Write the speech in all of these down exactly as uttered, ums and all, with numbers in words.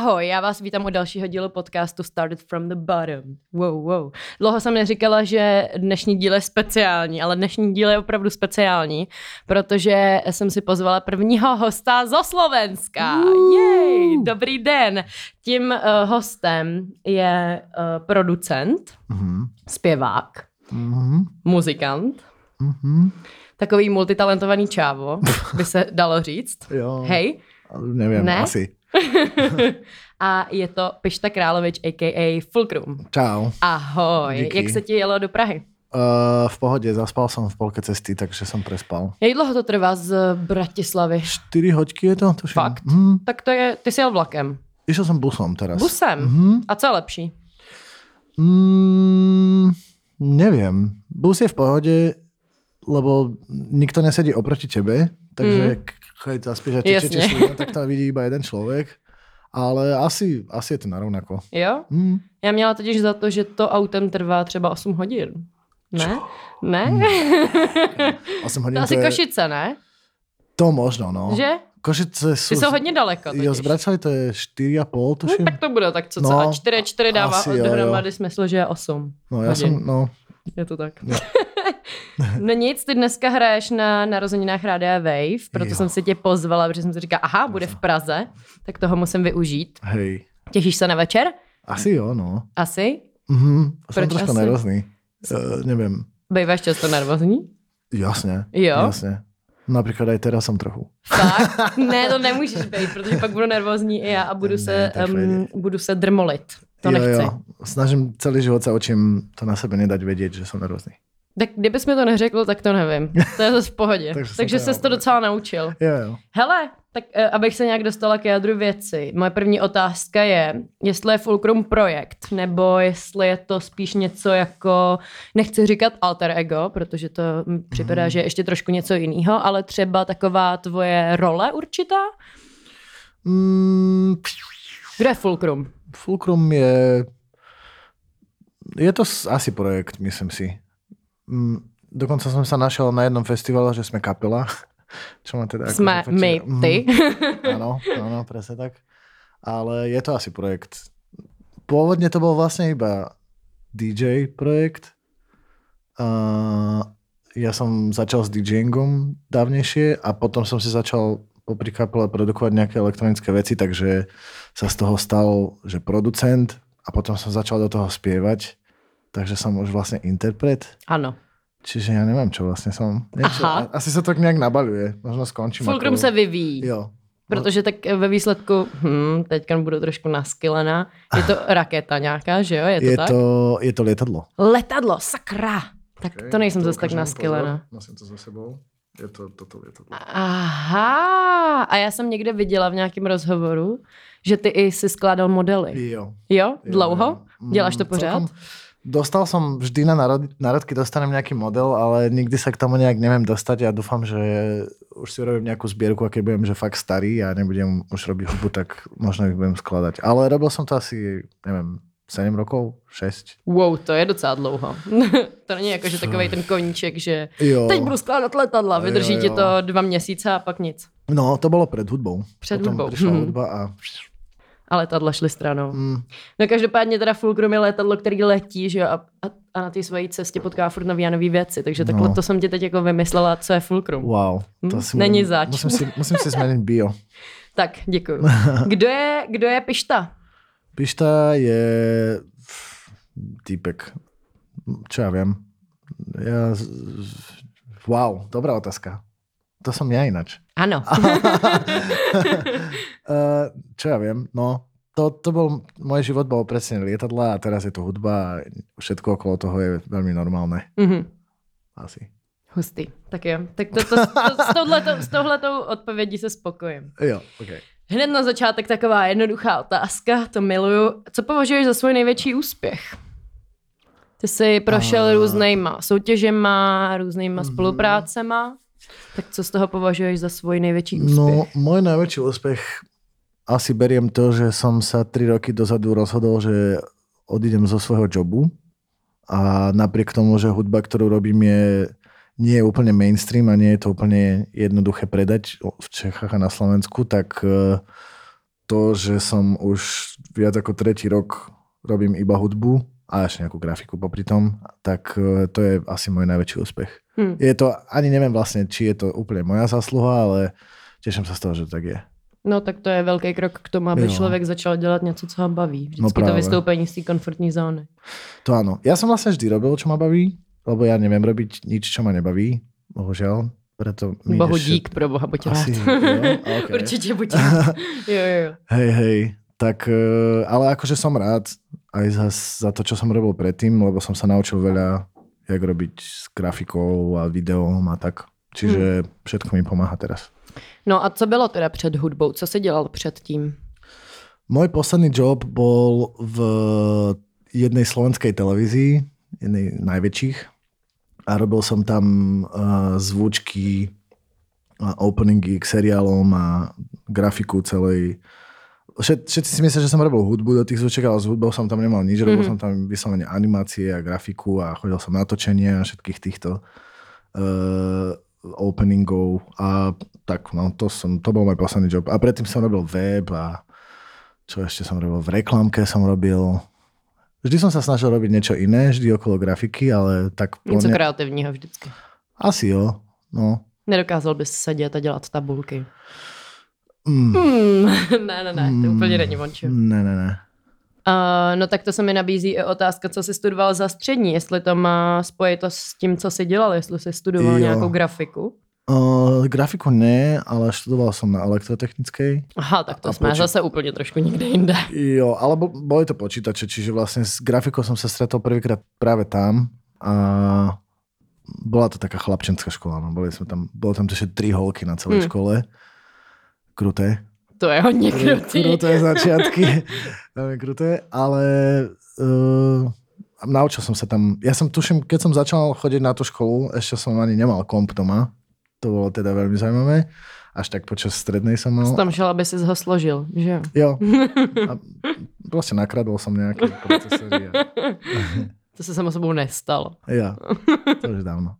Ahoj, já vás vítám u dalšího dílu podcastu Started from the Bottom. Wow, wow. Dlouho jsem neříkala, že dnešní díl je speciální, ale dnešní díl je opravdu speciální, protože jsem si pozvala prvního hosta zo Slovenska. Jej, dobrý den. Tím uh, hostem je uh, producent, mm-hmm. zpěvák, mm-hmm. muzikant, mm-hmm. takový multitalentovaný čávo, by se dalo říct. Jo. Hej. Nevím, ne? Asi. A je to Pišta Královič, a k a. Fulcrum. Čau. Ahoj. Díky. Jak se ti jelo do Prahy? Uh, v pohodě, zaspal jsem v polke cesty, takže jsem prespal. Jak dlouho to trvá z Bratislavy? Čtyři hoďky je to? Tuším. Fakt? Hmm. Tak to je, ty jsi jel vlakem. Išel jsem busom teraz. Busem? Mm-hmm. A co je lepší? Mm, nevím. Bus je v pohodě, lebo nikto nesedí oproti tebe, takže mm. keď zaspíš a tečete slina, tak tam vidí iba jeden člověk. Ale asi, asi je to narovnako. Jo? Mm. Já měla totiž za to, že to autem trvá třeba osm hodin. Ne? Čo? Ne? Mm. osm hodin to asi to je... Košice, ne? To možno, no. Že? Košice jsou... Ty jsou hodně daleko totiž. Jo, z Bratislavy to je čtyři a půl, tuším. No, tak to bude tak co, co. No, a čtyři čtyři dává dohromady smysl, že je osm No, já hodin. jsem, no... Je to tak. No. No nic, ty dneska hraješ na narozeninách Rádia Wave, proto jo. jsem si tě pozvala, protože jsem si říkala, aha, bude v Praze, tak toho musím využít. Hej. Těšíš se na večer? Asi jo, no. Asi? Mhm, jsem trošku asi? nervózny. Uh, nevím. Býváš často nervózní? Jasně. Jo? Jasně. Například i teraz jsem trochu. Fakt? Ne, to nemůžeš být, protože pak budu nervózní i já a budu, ne, se, um, budu se drmolit. To jo, nechci. Jo. Snažím celý život se učím to na sebe nedať vědět, že jsem nervózní. Tak kdybys mi to neřekl, tak to nevím. To je zase v pohodě. Takže, Takže ses to docela naučil. Jo, jo. Hele, tak abych se nějak dostala k jádru věci. Moje první otázka je, jestli je Fulcrum projekt, nebo jestli je to spíš něco jako, nechci říkat alter ego, protože to mi připadá, hmm. že je ještě trošku něco jiného, ale třeba taková tvoje role určitá? Hmm. Kdo je Fulcrum? Fulcrum je, je to asi projekt, myslím si. Dokonca som sa našiel na jednom festivale, že sme kapela. Čo ma teda sme ako my, ty. Áno, áno, presne tak. Ale je to asi projekt. Pôvodne to bol vlastne iba dý džej projekt. Uh, ja som začal s DJingom dávnejšie a potom som si začal popri kapele produkovať nejaké elektronické veci, takže sa z toho stal, že producent a potom som začal do toho spievať. Takže som už vlastne interpret. Ano. Čiže ja neviem, čo vlastne som. Niečo, asi sa to tak nejak nabaluje. Možno skončím. Fulcrum ako... se vyvíjí. Jo. Protože tak ve výsledku, hm, teďka budu trošku naskylená, je to raketa nějaká, že jo? Je to je tak? To, je to letadlo. Letadlo, sakra. Tak okay, to nejsem zase tak naskylená. Nosím to za sebou. Je to toto letadlo. Aha. A já jsem někde viděla v nějakém rozhovoru, že ty i si skládal modely. Jo. Jo? Dlouho? Jo. Děláš to pořád? Celkom... Dostal som vždy na národky, dostanem nejaký model, ale nikdy sa k tomu nejak neviem dostať a dúfam, že už si urobím nejakú zbierku a keď budem že fakt starý a nebudem už robiť hudbu, tak možno ich budem skladať. Ale robil som to asi, neviem, sedm rokov, šesť. Wow, to je docela dlouho. To není jako, že takovej ten koníček, že jo. Teď budu skládat letadla, vydrží jo, jo. ti to dva měsíce a pak nic. No, to bylo před hudbou. Před Potom hudbou. přišla hmm. hudba a... A letadla šly stranou. Mm. No každopádně teda Fulcrum je letadlo, který letí, že jo, a, a, a na té svojí cestě potká furt nový a nový věci. Takže takhle no. to jsem ti teď jako vymyslela, co je Fulcrum. Wow. To hm? si Není musím, zač. Musím si, musím si změnit bio. Tak, děkuju. Kdo je, kdo je Pišta? Pišta je týpek. Čo ja viem? Ja... Wow, dobrá otázka. To som ja inač. Áno. Čo ja viem? No, to, to bol, môj život bol presne lietadla a teraz je to hudba a všetko okolo toho je veľmi normálne. Mm-hmm. Asi. Hustý. Tak jo. Tak to, to, to, s, touhletou, s touhletou odpovědí se spokojím. Jo, okay. Hned na začátek taková jednoduchá otázka, to miluju. Co považuješ za svůj největší úspěch? Ty jsi prošel a... různýma soutěžema, různýma mm-hmm. spoluprácema. Tak co z toho považuješ za svůj největší úspěch? No, môj najväčší úspech asi beriem to, že som sa tri roky dozadu rozhodol, že odídem zo svojho jobu a napriek tomu, že hudba, ktorú robím, je, nie je úplne mainstream a nie je to úplne jednoduché predať v Čechách a na Slovensku, tak to, že som už viac ako tretí rok robím iba hudbu a ešte nejakú grafiku popri tom, tak to je asi môj najväčší úspech. Hmm. Je to, ani neviem vlastne, či je to úplne moja zásluha, ale teším sa z toho, že to tak je. No tak to je velký krok k tomu, aby jo. člověk začal dělat něco, co ho baví. Vždycky no to vystoupení z té komfortní zóny. To áno. Ja som vlastne vždy robil, čo ma baví, lebo ja neviem robiť nič, čo ma nebaví. Bohužiaľ. Preto Bohu dík, pro Boha, buď rád. Okay. Určitě buď rád. jo, jo, jo. Hej, hej. Tak, ale akože som rád aj za, za to, čo som robil predtým, lebo som sa naučil veľa, jak robiť s grafikou a videom a tak. Čiže hmm. všetko mi pomáha teraz. No a co bylo teda před hudbou? Co jsi dělal předtím? Môj posledný job bol v jednej slovenskej televízii, jednej najväčších. A robil som tam uh, zvučky, a openingy k seriálom a grafiku celej. Všet, všetci si myslia, že som robil hudbu do tých zvuček, ale s hudbou som tam nemal nič. Robil mm-hmm. som tam vyslovene animácie a grafiku a chodil som na točenie a všetkých týchto uh, openingov a tak, no to, som, to bol môj posledný job. A predtým som robil web a čo ešte som robil? V reklamke som robil. Vždy som sa snažil robiť niečo iné, vždy okolo grafiky, ale tak... Něco ne... kreativního vždycky. Asi jo, no. Nedokázal bys sedět a dělat tabulky. Mm. Mm. ne, ne, ne, to mm. úplně není vončo. Ne, ne, ne. Uh, no tak to se mi nabízí i otázka, co jsi studoval za střední, jestli to má spojitost s tím, co jsi dělal, jestli jsi studoval jo. nějakou grafiku. Uh, grafiku ne, ale študoval som na elektrotechnickej. Aha, tak to jsme počí... zase úplně trošku někde jinde. Jo, ale boli to počítače, čiže vlastne s grafikou som sa stretol prvýkrát práve tam a bola to taká chlapčenská škola. No. Boli sme tam, bolo tam ešte tri holky na celej hmm. škole. Kruté. To je hodně krutý. Kruté začiatky. Veľmi kruté, ale uh, naučil som sa tam. Ja som tuším, keď som začal chodiť na tú školu, ešte som ani nemal komp doma. To bolo teda veľmi zaujímavé. Až tak počas strednej som mal. Tam šel, aby si ho složil, že jo? Jo. A vlastne nakradol som nejaké procesory. A... To se samo sebou nestalo. Ja, to už dávno.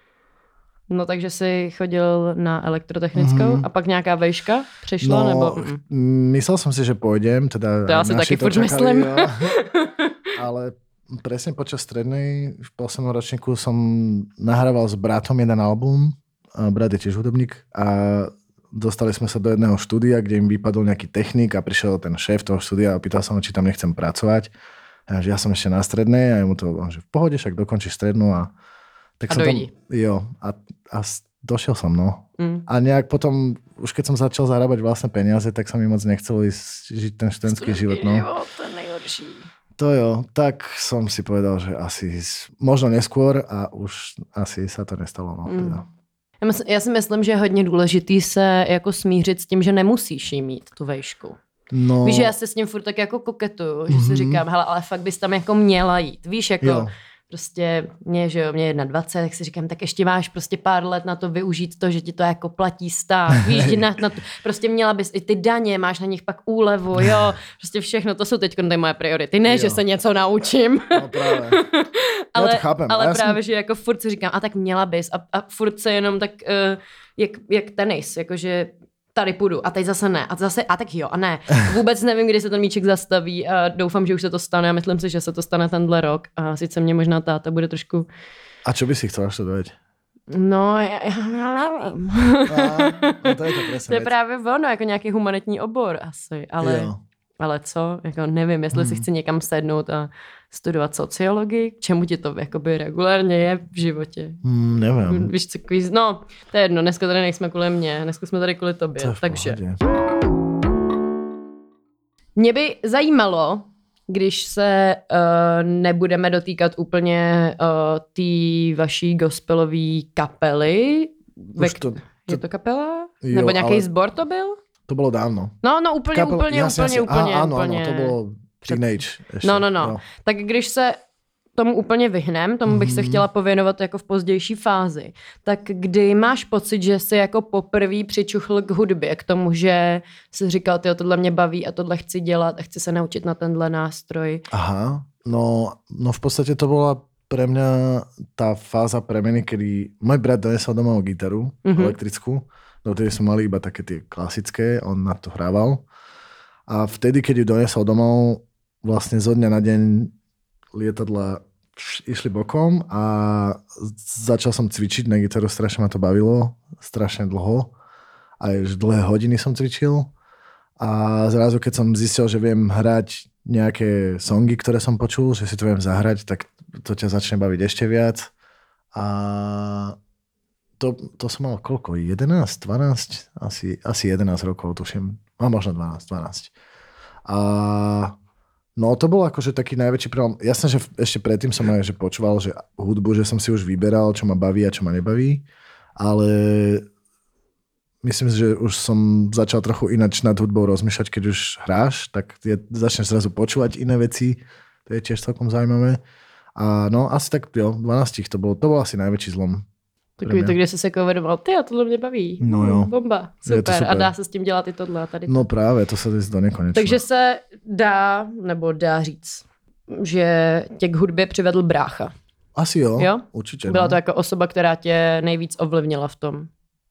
No takže jsi chodil na elektrotechnickou mm-hmm. a pak nějaká vejška přišla? No, nebo... myslel som si, že pôjdem. Teda to ja si taky furt myslím. Jo. Ale presne počas strednej v poslednom ročníku som nahrával s bratom jeden album. Brat je tiež hudobník a dostali sme sa do jedného štúdia, kde im vypadol nejaký technik a prišiel ten šéf toho štúdia a pýtal sa ma, či tam nechcem pracovať. A ja som ešte na strednej a mu to, že v pohode, však dokončíš strednú a tak a som dojdi. Tam, jo, a, a došiel som, no. Mm. A nejak potom, už keď som začal zarábať vlastné peniaze, tak sa mi moc nechcelo ísť žiť ten študentský život, no. Jo, to je nejhorší. To jo, tak som si povedal, že asi možno neskôr a už asi sa to nestalo, no. Mm. Teda. Já si myslím, že je hodně důležitý se jako smířit s tím, že nemusíš jí mít tu vejšku. No. Víš, že já se s tím furt tak jako koketuju, že mm-hmm. si říkám, hele, ale fakt bys tam jako měla jít. Víš, jako jo. Prostě mě, že jo, mě je dvacet jedna, tak si říkám, tak ještě máš prostě pár let na to využít to, že ti to jako platí stát. Víš, na, na to, prostě měla bys i ty daně, máš na nich pak úlevu, jo, prostě všechno, to jsou teď ty moje priority. Ne, jo. Že se něco naučím. No právě. ale to chápem. ale já právě, jsem... že jako furt si říkám, a tak měla bys a, a furt se jenom tak, uh, jak, jak tenis, jakože tady půjdu a teď zase ne a zase a tak jo a ne. Vůbec nevím, kdy se ten míček zastaví a doufám, že už se to stane a myslím si, že se to stane tenhle rok a sice mě možná táta bude trošku... A čo by si chcela študovať? No, já, já nevím. No, to je to presne. To je právě ono, jako nějaký humanitní obor asi, ale, ale co, jako nevím, jestli hmm. si chci někam sednout a studovat sociologii, k čemu ti to jakoby regulárně je v životě. Hmm, nevím. Víš, co kvíz, no, to je jedno, dneska tady nejsme kvůli mně, dneska jsme tady kvůli tobě, takže. Pohodě. Mě by zajímalo, když se uh, nebudeme dotýkat úplně uh, té vaší gospelové kapely. Ve, to, to, je to kapela? Jo, nebo nějaký sbor to byl? To bylo dávno. No, no, úplně, Kapel, úplně, jasně, úplně, jasně. úplně. Aha, ano, úplně. ano, to bylo teenage. Ještě. No, no, no, no. Tak když se tomu úplně vyhnem, tomu bych mm-hmm. se chtěla pověnovat jako v pozdější fázi, tak kdy máš pocit, že jsi jako poprvé přičuchl k hudbě, k tomu, že jsi říkal, tyjo, tohle mě baví a tohle chci dělat a chci se naučit na tenhle nástroj. Aha, no, no v podstate to bola pre mňa tá fáza premeny, kedy môj brat donesol domov gitaru mm-hmm. elektrickú, dotedy som mali iba také tie klasické, on na to hrával A vtedy, keď ju donesol domov, vlastne zo dňa na deň lietadla išli bokom a začal som cvičiť na gitaru, strašne ma to bavilo, strašne dlho. Aj už dlhé hodiny som cvičil. A zrazu, keď som zistil, že viem hrať nejaké songy, ktoré som počul, že si to viem zahrať, tak to ťa začne baviť ešte viac. A to, to som mal koľko? jedenásť, dvanásť? Asi, asi jedenásť rokov, tuším. A možno dvanásť, dvanásť. A no to bol akože taký najväčší problém. Jasné, že ešte predtým som aj že počúval, že hudbu, že som si už vyberal, čo ma baví a čo ma nebaví, ale myslím si, že už som začal trochu ináč nad hudbou rozmýšľať, keď už hráš, tak je, začneš zrazu počúvať iné veci, to je tiež celkom zaujímavé. A no asi tak, jo, dvanásť to bol, to bol asi najväčší zlom. Takový to, kde jsi se jako uvědomoval, ty a tohle mě baví. No jo. Bomba, super. super. A dá se s tím dělat i tohle a tady to. No právě, to se jde do nekonečna. Takže se dá, nebo dá říct, že tě k hudbě přivedl brácha. Asi jo, jo? určitě. Byla no. to jako osoba, která tě nejvíc ovlivnila v tom.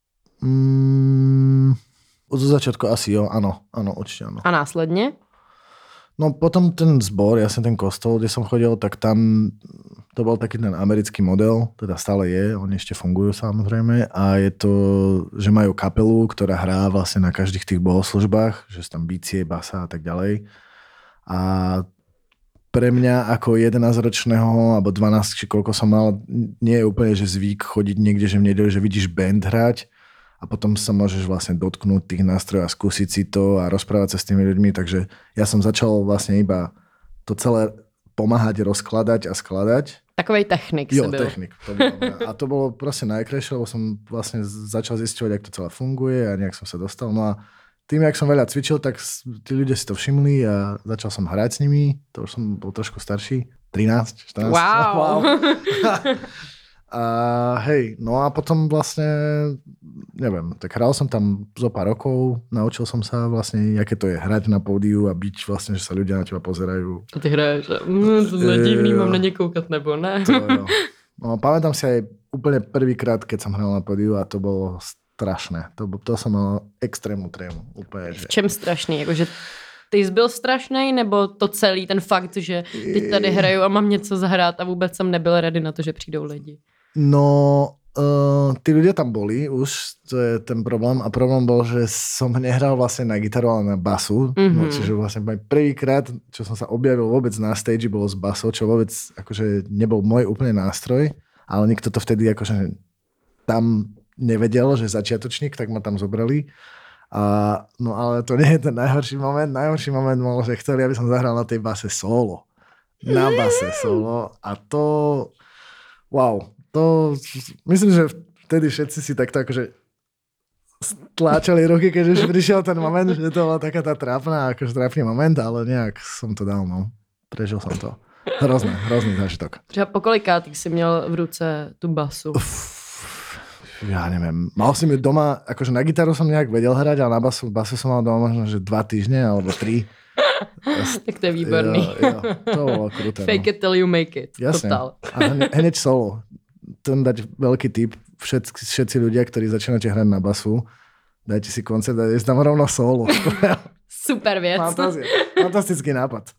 Mm, od začiatku asi jo, áno, áno, určite áno. A následně? No potom ten zbor, ja som ten kostol, kde som chodil, tak tam to bol taký ten americký model, teda stále je, oni ešte fungujú samozrejme a je to, že majú kapelu, ktorá hrá vlastne na každých tých bohoslužbách, že sú tam bicie, basa a tak ďalej. A pre mňa ako jedenásťročného alebo dvanásť, či koľko som mal, nie je úplne, že zvyk chodiť niekde, že v nedeľu, že vidíš band hrať a potom sa môžeš vlastne dotknúť tých nástrojov a skúsiť si to a rozprávať sa s tými ľuďmi, takže ja som začal vlastne iba to celé pomáhať, rozkladať a skladať. Takovej technik jo, si byl. technik. To bolo, a to bolo proste najkrajšie, lebo som vlastne začal zisťovať, jak to celé funguje a nejak som sa dostal. No a tým, jak som veľa cvičil, tak tí ľudia si to všimli a začal som hrať s nimi. To už som bol trošku starší. trinásť, štrnásť. Wow. wow. A hej, no a potom vlastne, neviem, tak hral som tam zo pár rokov, naučil som sa vlastne, aké to je hrať na pódiu a byť vlastne, že sa ľudia na teba pozerajú. A ty hraješ, mm, to je divný, mám na ně koukat, nebo ne? To, jo. No, pamätám si aj úplne prvýkrát, keď som hral na pódiu a to bolo strašné. To, to som mal extrémnu trému. Úplne, že... V čem strašný? Jakože ty jsi byl strašný, nebo to celý, ten fakt, že teď tady hraju a mám něco zahrát a vůbec jsem nebyl ready na to, že přijdou lidi? No, uh, tí ľudia tam boli už, to je ten problém. A problém bol, že som nehral vlastne na gitaru, ale na basu. Mm-hmm. No, čiže vlastne prvýkrát, čo som sa objavil vôbec na stage, bolo s basou, čo vôbec akože nebol môj úplne nástroj, ale nikto to vtedy akože tam nevedel, že začiatočník, tak ma tam zobrali. A, no ale to nie je ten najhorší moment. Najhorší moment bol, že chceli, aby som zahral na tej base solo. Na base solo. A to... Wow. To... Myslím, že vtedy všetci si takto akože stláčali ruky, keď už prišiel ten moment, že to bola taká tá trápna, akože trápny moment, ale nejak som to dal, no. Prežil som to. Hrozný, hrozný zážitok. Třeba po kolikátých si měl v ruce tu basu? Uf. Ja neviem, mal som ju doma, akože na gitaru som nejak vedel hrať, ale na basu, basu som mal doma možno, že dva týždne, alebo tri. Tak to je výborný. Jo, jo, to bolo kruté. Fake no. it till you make it. Jasne. Total. A hneď, hneď solo. Ten dať veľký tip. Všetci, všetci ľudia, ktorí začínate hrať na basu, dajte si koncert a je tam rovno solo. Super věc. Fantázia. Fantastický nápad.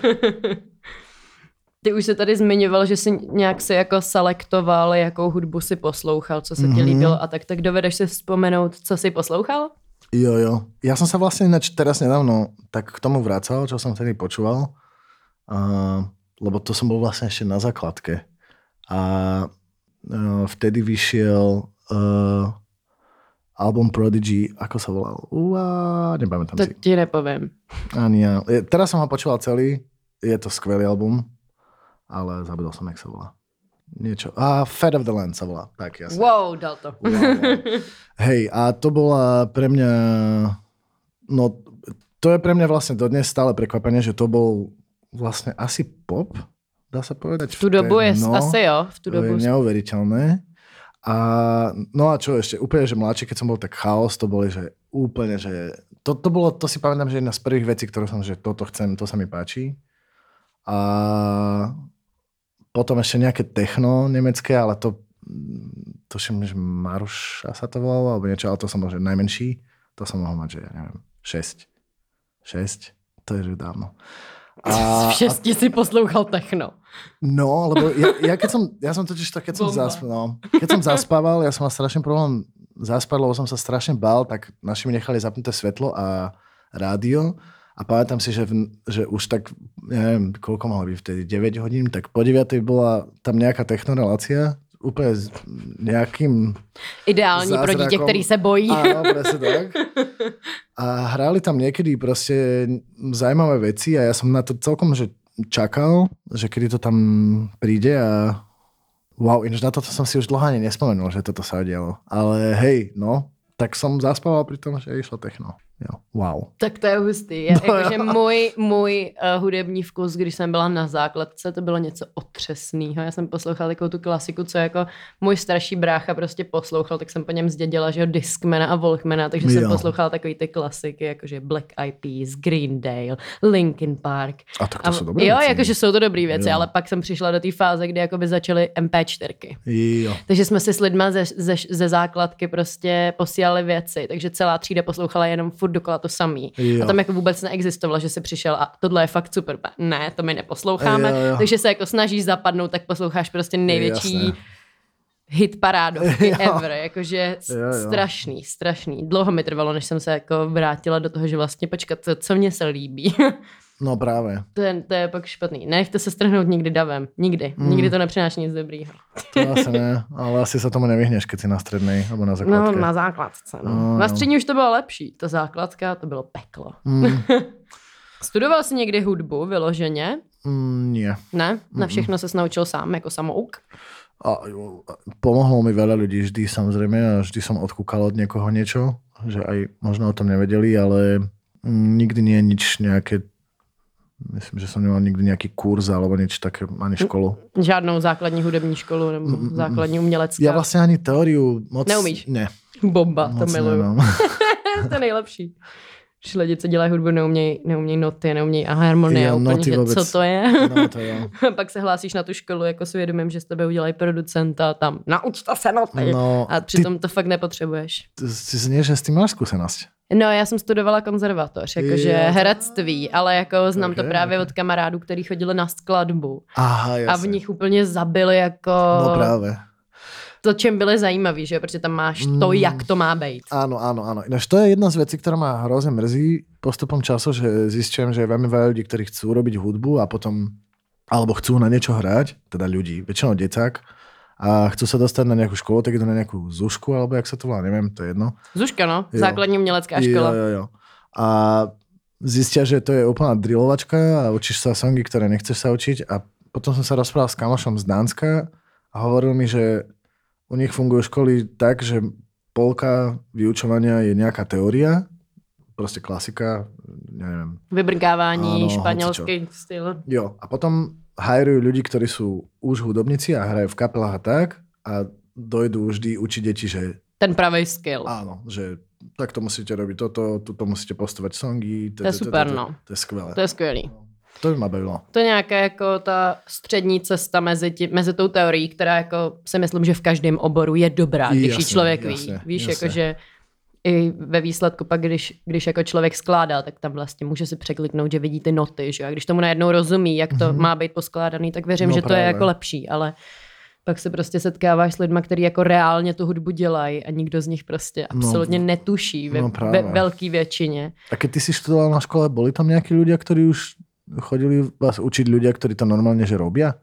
Ty už se tady zmiňoval, že jsi nějak si jako selektoval, jakou hudbu si poslouchal, co se ti mm-hmm. líbilo a tak, tak dovedeš si vzpomenout, co si poslouchal? Jo, jo. Ja som sa vlastne ináč teraz nedávno tak k tomu vracal, čo som vtedy počúval, uh, lebo to som bol vlastne ešte na základke. A uh, vtedy vyšiel uh, album Prodigy, ako sa volal? Uá, nepamätám to si. To ti nepoviem. Ani ja. Teraz som ho počúval celý, je to skvelý album, ale zabudol som, jak sa volá. Niečo. A Fat of the Land sa volá. Tak, jasne. Wow, dal to. Wow, wow. Hej, a to bola pre mňa... No, to je pre mňa vlastne dodnes stále prekvapenie, že to bol vlastne asi pop, dá sa povedať. V tú dobu je no, asi jo. V tú to dobu je neuveriteľné. A no a čo ešte, úplne, že mladší, keď som bol tak chaos, to boli, že úplne, že... To, to bolo, to si pamätám, že jedna z prvých vecí, ktorú som, že toto chcem, to sa mi páči. A... Potom ešte nejaké techno nemecké, ale to tuším, že Maruša sa to volalo, alebo niečo, ale to som bol, že najmenší. To som mohol mať, že ja neviem, šesť. šesť, to je že dávno. A, v šesti a... si poslouchal techno. No, lebo ja, ja keď som, ja som totiž tak, keď som, zasp... no, keď som zaspával, ja som mal strašný problém zaspať, lebo som sa strašne bál, tak naši mi nechali zapnuté svetlo a rádio a pamätám si, že, v, že už tak, neviem, koľko malo byť vtedy, deväť hodín, tak po deviatej bola tam nejaká technorelácia, úplne s nejakým ideální zázrakom. Pro dítě, který se bojí. Áno, presne tak. A hrali tam niekedy proste zaujímavé veci a ja som na to celkom že čakal, že kedy to tam príde a wow, ináč na toto som si už dlho ani nespomenul, že toto sa udialo. Ale hej, no, tak som zaspával pri tom, že išlo techno. Jo, wow. Tak to je hustý. Je, no, jakože můj, můj uh, hudební vkus, když jsem byla na základce, to bylo něco otřesného. Já jsem poslouchala takovou tu klasiku, co jako můj starší brácha prostě poslouchal, tak jsem po něm zdědila, že jo, Discmana a Walkmana, takže jo. jsem poslouchala takový ty klasiky, jakože Black Eyed Peas, Green Day, Linkin Park. A tak to a, jsou dobré Jo, věci. jakože jsou to dobré věci, jo. ale pak jsem přišla do té fáze, kdy jakoby začaly em pé čtyřky. Jo. Takže jsme si s lidma ze, ze, ze základky prostě posílali věci, takže celá třída poslouchala jenom furt dokola to samý. Jo. A tam jako vůbec neexistovalo, že si přišel a tohle je fakt super. Ne, to my neposloucháme. Jo, jo. Takže se jako snažíš zapadnout, tak posloucháš prostě největší Jasne. hit parádovky ever. Jakože jo, jo. strašný, strašný. Dlouho mi trvalo, než jsem se jako vrátila do toho, že vlastně počkat, co, co mně se líbí. No právě. To je, to je pak špatný. Nechte se strhnout nikdy davem. Nikdy. Mm. Nikdy to nepřináší nic dobrýho. To asi ne, ale asi se tomu nevyhneš, keď si na střednej nebo na základce. No, na základce. No. No, na střední no. už to bylo lepší. Ta základka, to bylo peklo. Mm. Studoval jsi někdy hudbu vyloženě? Mm, nie. Ne? Na všechno se naučil sám, jako samouk? A, pomohlo mi veľa ľudí vždy, samozrejme, a vždy som odkúkal od niekoho niečo, že aj možno o tom nevedeli, ale nikdy nie je nič nejaké. Myslím, že jsem nemal nikdy nějaký kurz alebo niečo také, ani školu. Žádnou základní hudební školu nebo mm, základní umělecká. Já vlastně ani teoriu moc... Neumíš? Ne. Bomba, moc to miluju. To je nejlepší. Když lidi, co dělají hudbu, neumějí neuměj noty, neumějí harmonie, jo, úplně, že co to je. No, to jo. Pak se hlásíš na tu školu jako s vědomím, že s tebe udělají producenta tam. Naučte se noty. No, a přitom ty, to fakt nepotřebuješ. Ty zní, že s tím máš zkušenost. No, já jsem studovala konzervatoř, jakože herectví, ale jako znám okay, to právě okay. od kamarádů, kteří chodili na skladbu. Aha, jasně. A v nich úplně zabili jako... No právě. To, čem byli zajímaví, že? Protože tam máš to, mm. jak to má být. Áno, áno, áno. Ináč to je jedna z vecí, ktorá ma hrozne mrzí postupom času, že zistujem, že je veľmi veľa ľudí, ktorí chcú robiť hudbu a potom, alebo chcú na niečo hrať, teda ľudí, väčšinou decák, a chcú sa dostať na nejakú školu, tak idú na nejakú zušku, alebo jak sa to volá, neviem, to je jedno. Zuška, no. Jo. Základní umělecká škola. Jo, jo, jo. A zistia, že to je úplná drillovačka a učíš sa songy, ktoré nechceš sa učiť a potom som sa rozprával s kamošom z Dánska a hovoril mi, že u nich fungujú školy tak, že polka vyučovania je nejaká teória, proste klasika, ja neviem. Vybrkávání, španělský styl. Jo, a potom hajrujú ľudí, ktorí sú už hudobníci a hrajú v kapelách a tak a dojdú vždy učiť deti, že... Ten pravý skill. Áno, že tak to musíte robiť toto, tuto musíte postovať songy. To je super, no. To je skvělé. To je skvělý. To by mě bavilo. To je nějaká jako ta střední cesta mezi, tí, mezi tou teorií, která jako si myslím, že v každém oboru je dobrá, když jasně, ji člověk ví. Jasně, Víš, jasně. Jakože i ve výsledku pak, když, když jako člověk skládá, tak tam vlastně může si překliknout, že vidí ty noty, že? A když tomu najednou rozumí, jak to mm-hmm. má být poskládaný, tak věřím, no, že to právě. Je jako lepší, ale pak se prostě setkáváš s lidma, kteří jako reálně tu hudbu dělají a nikdo z nich prostě absolutně no, netuší ve, no ve velké většině. A keď ty si študoval na škole, byli tam nějaký ľudia, kteří už chodili vás učiť ľudia, ktorí to normálne že robia?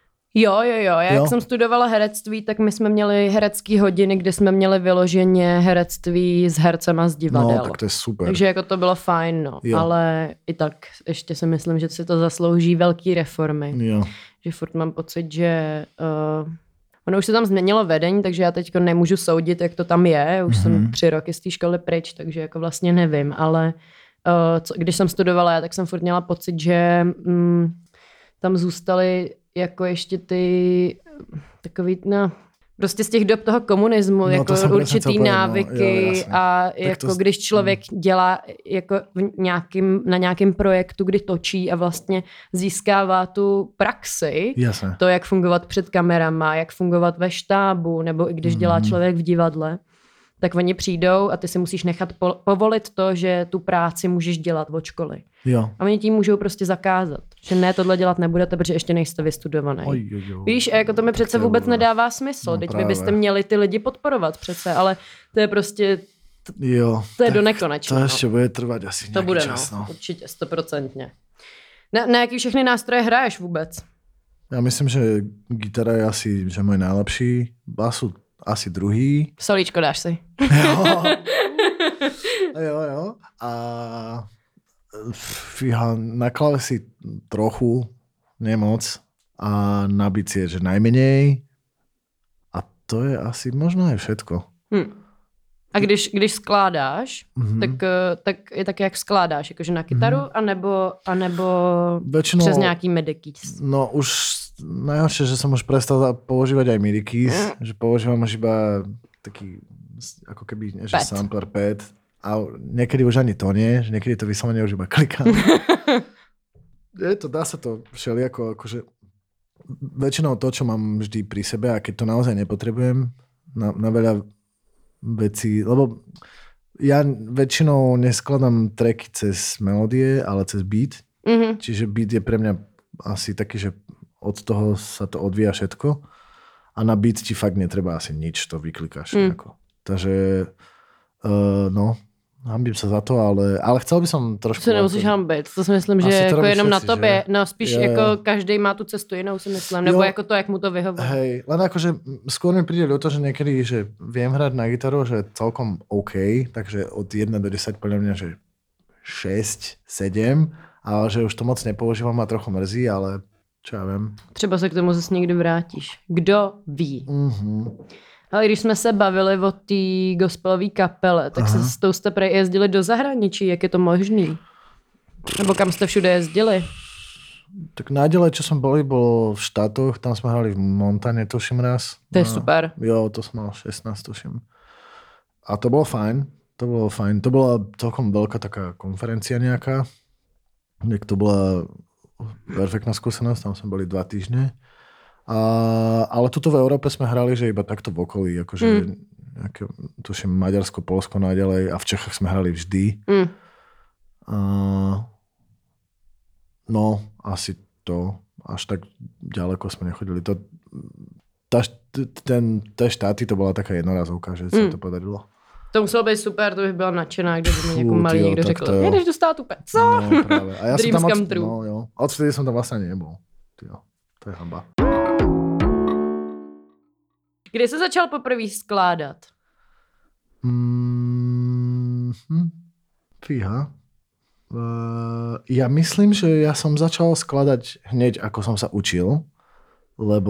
Jo, jo, jo. Já, jo. Jak jsem studovala herectví, tak my jsme měli herecký hodiny, kde jsme měli vyloženě herectví s hercema z divadel. No, tak to je super. Takže jako to bylo fajn, no. Jo. Ale i tak ještě si myslím, že si to zaslouží velký reformy. Jo. Že furt mám pocit, že... Uh, ono už se tam změnilo vedení, takže já teďko nemůžu soudit, jak to tam je. Už mm-hmm. jsem tři roky z té školy pryč, takže jako vlastně nevím, ale... Uh, co, když jsem studovala já, tak jsem furt měla pocit, že mm, tam zůstaly jako ještě ty takový, no, prostě z těch dob toho komunismu, no, jako to určitý návyky no, jo, a jako to... když člověk dělá jako v nějakým, na nějakém projektu, kdy točí a vlastně získává tu praxi, jasne. To, jak fungovat před kamerama, jak fungovat ve štábu, nebo i když mm. dělá člověk v divadle, tak oni přijdou a ty si musíš nechat po- povolit to, že tu práci můžeš dělat od školy. Jo. A oni tím můžou prostě zakázat, že ne, tohle dělat nebudete, protože ještě nejste vystudovaný. Oj, oj, oj. Víš, a jako to mi přece vůbec nedává smysl. No, Teď vy právě. byste měli ty lidi podporovat přece, ale to je prostě, to, Jo, to je tak do nekonečna. to ještě bude trvat asi To nějaký bude, čas. no, No. určitě, stoprocentně. Na, na jaký všechny nástroje hraješ vůbec? Ja myslím, že gitara je asi že môj najlepší, basu asi druhý. Solíčko dáš si. Jo, jo, jo. A fíha, na klávesi trochu, nemoc. A na bici je, že najmenej. A to je asi možno aj všetko. Hm. A když, když skládáš, Mhm. tak, eh, tak je tak, jak skládáš, jakože na kytaru, Mhm. anebo, anebo Väčšinou, přes nějaký MIDI keys. no už najhoršie, že som už prestal používať aj MIDI keys, Mm. že používam už iba taký, ako keby, nie, že Pad. sampler pad. A niekedy už ani to nie, že niekedy to vyslovene už iba klikám. Je to, dá sa to všelijako, akože väčšinou to, čo mám vždy pri sebe a keď to naozaj nepotrebujem na, na veľa vecí, lebo ja väčšinou neskladám tracky cez melódie, ale cez beat. Mhm. Čiže beat je pre mňa asi taký, že od toho sa to odvíja všetko a na beat ti fakt netreba asi nič, to vyklikáš. Mm. Ako. Takže uh, no, hanbím sa za to, ale, ale chcel by som trošku... Se nemusíš hambit, to si myslím, že Asi to jako robí jenom na všetci, tobě, že? no spíš Jo, jako jo. každý má tu cestu jinou si myslím, nebo Jo. jako to, jak mu to vyhovuje. Hej, len akože skôr mi príde do toho, že niekedy, že viem hrať na gitaru, že celkom OK, takže od jedna do desať podľa mňa, že šesť, sedem, ale že už to moc nepoužívam, ma trochu mrzí, ale čo ja viem. Třeba se k tomu zase někdy vrátíš. Kdo ví? Mhm. Ale když jsme se bavili o té gospelové kapele, tak se Aha. s tou jste prej jezdili do zahraničí, jak je to možný? Nebo kam jste všude jezdili? Tak najďalej, čo som boli, bolo v štátoch, tam sme hrali v Montane, tuším raz. To je No, super. Jo, to som mal šestnásť, tuším. A to bolo fajn, to bolo fajn. To bola celkom veľká taká konferencia nejaká, tak to bola perfektná skúsenosť, tam sme boli dva týždne. A, ale tuto v Európe sme hrali, že iba takto v okolí, akože Mm. nejaké, tuším Maďarsko, Polsko najďalej a v Čechách sme hrali vždy. Mm. A, no, asi to. Až tak ďaleko sme nechodili. To, tá, ten, té štáty to bola taká jednorazovka, že sa Mm. to podarilo. To muselo být super, to bych byla nadšená, kdyby mi Fú, jako malý tyjo, někdo tak řekl, to jo. jedeš do státu, pe. Co? No, práve. A ja som Dreams tam come od, true. no, jo. Odvtedy som tam vlastne ani nebol. Tyjo, to je hamba. Kdy jsi začal poprvé skládat? Mm, hm, fíha. Uh, ja myslím, že ja som začal skladať hneď, ako som sa učil, lebo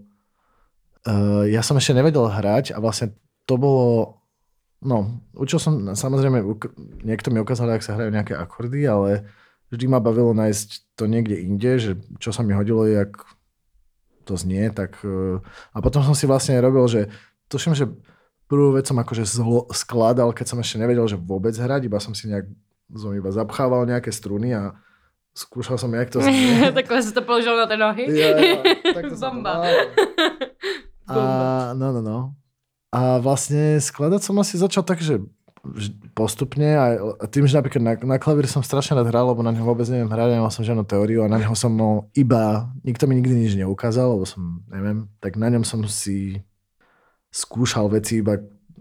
uh, ja som ešte nevedel hrať a vlastne to bolo, no, učil som, samozrejme, uk- niekto mi ukázal, jak sa hrajú nejaké akordy, ale vždy ma bavilo nájsť to niekde inde, že čo sa mi hodilo, jak to znie, tak uh, a potom som si vlastne robil, že tuším, že prvú vec som akože zlo, skladal, keď som ešte nevedel, že vôbec hrať, iba som si nejak som iba zapchával nejaké struny a skúšal som, jak to znie. Takhle jsi to položil na ty nohy? Ja, ja, tak to som to Bomba. mal. A, no, no, no. A vlastne skladať som asi začal tak, že vž- postupne a a tým, že napríklad na, na klavír som strašne rád hral, lebo na ňo vôbec neviem hrať, nemal som žiadnu teóriu a na ňo som no iba, nikto mi nikdy nič neukázal, lebo som, neviem, tak na ňom som si skúšal veci iba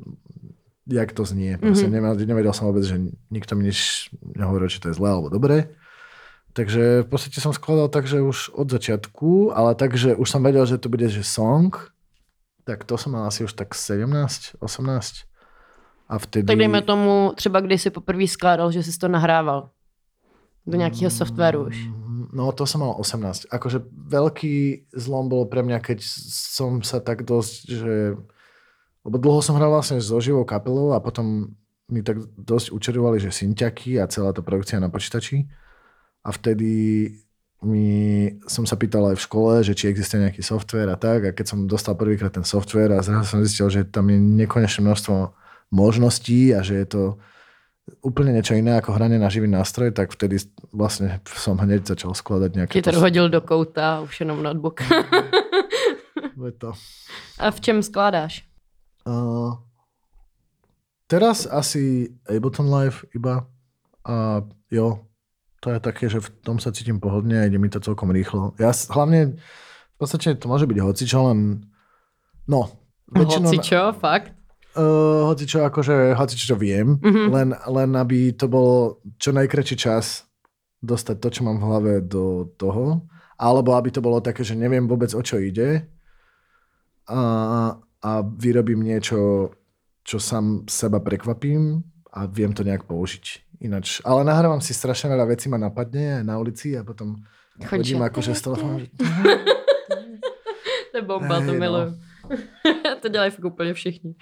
jak to znie. Proste Mhm. nevedel, nevedel som vôbec, že nikto mi nič nehovoril, či to je zlé alebo dobré. Takže v podstate som skladal tak, že už od začiatku, ale tak, že už som vedel, že to bude, že song, tak to som mal asi už tak sedemnásť, osemnásť. A vtedy... Tak dejme tomu, třeba když jsi poprvé skládal, že jsi to nahrával do nějakého softwaru už. No to som mal osemnásť. Akože veľký zlom bolo pre mňa, keď som sa tak dosť, že... Lebo dlho som hral vlastne so živou kapelou a potom mi tak dosť učerovali, že synťaky a celá tá produkcia na počítači. A vtedy mi, som sa pýtal aj v škole, že či existuje nejaký software a tak. A keď som dostal prvýkrát ten software a zrazu som zistil, že tam je nekonečné množstvo možností a že je to úplne niečo iné ako hranie na živý nástroj, tak vtedy vlastne som hneď začal skladať nejaké... Ti to hodil do kouta a už jenom notebook. Je to... A v čem skládáš? Uh, teraz asi Ableton Live iba a jo, to je také, že v tom sa cítim pohodne a ide mi to celkom rýchlo. Ja hlavne, v podstate to môže byť hocičo, len no. Väčšinou, hocičo, fakt? Uh, hocičo, akože hocičo, čo viem, mm-hmm. len, len aby to bolo čo najkratší čas dostať to, čo mám v hlave do toho, alebo aby to bolo také, že neviem vôbec, o čo ide a, a vyrobím niečo, čo sám seba prekvapím a viem to nejak použiť. Ináč, ale nahrávam si strašne veľa vecí, ma napadne aj na ulici a potom chodím akože z telefónu. To je bomba, hey, to miluju. No. To dělají fakt úplně všichni.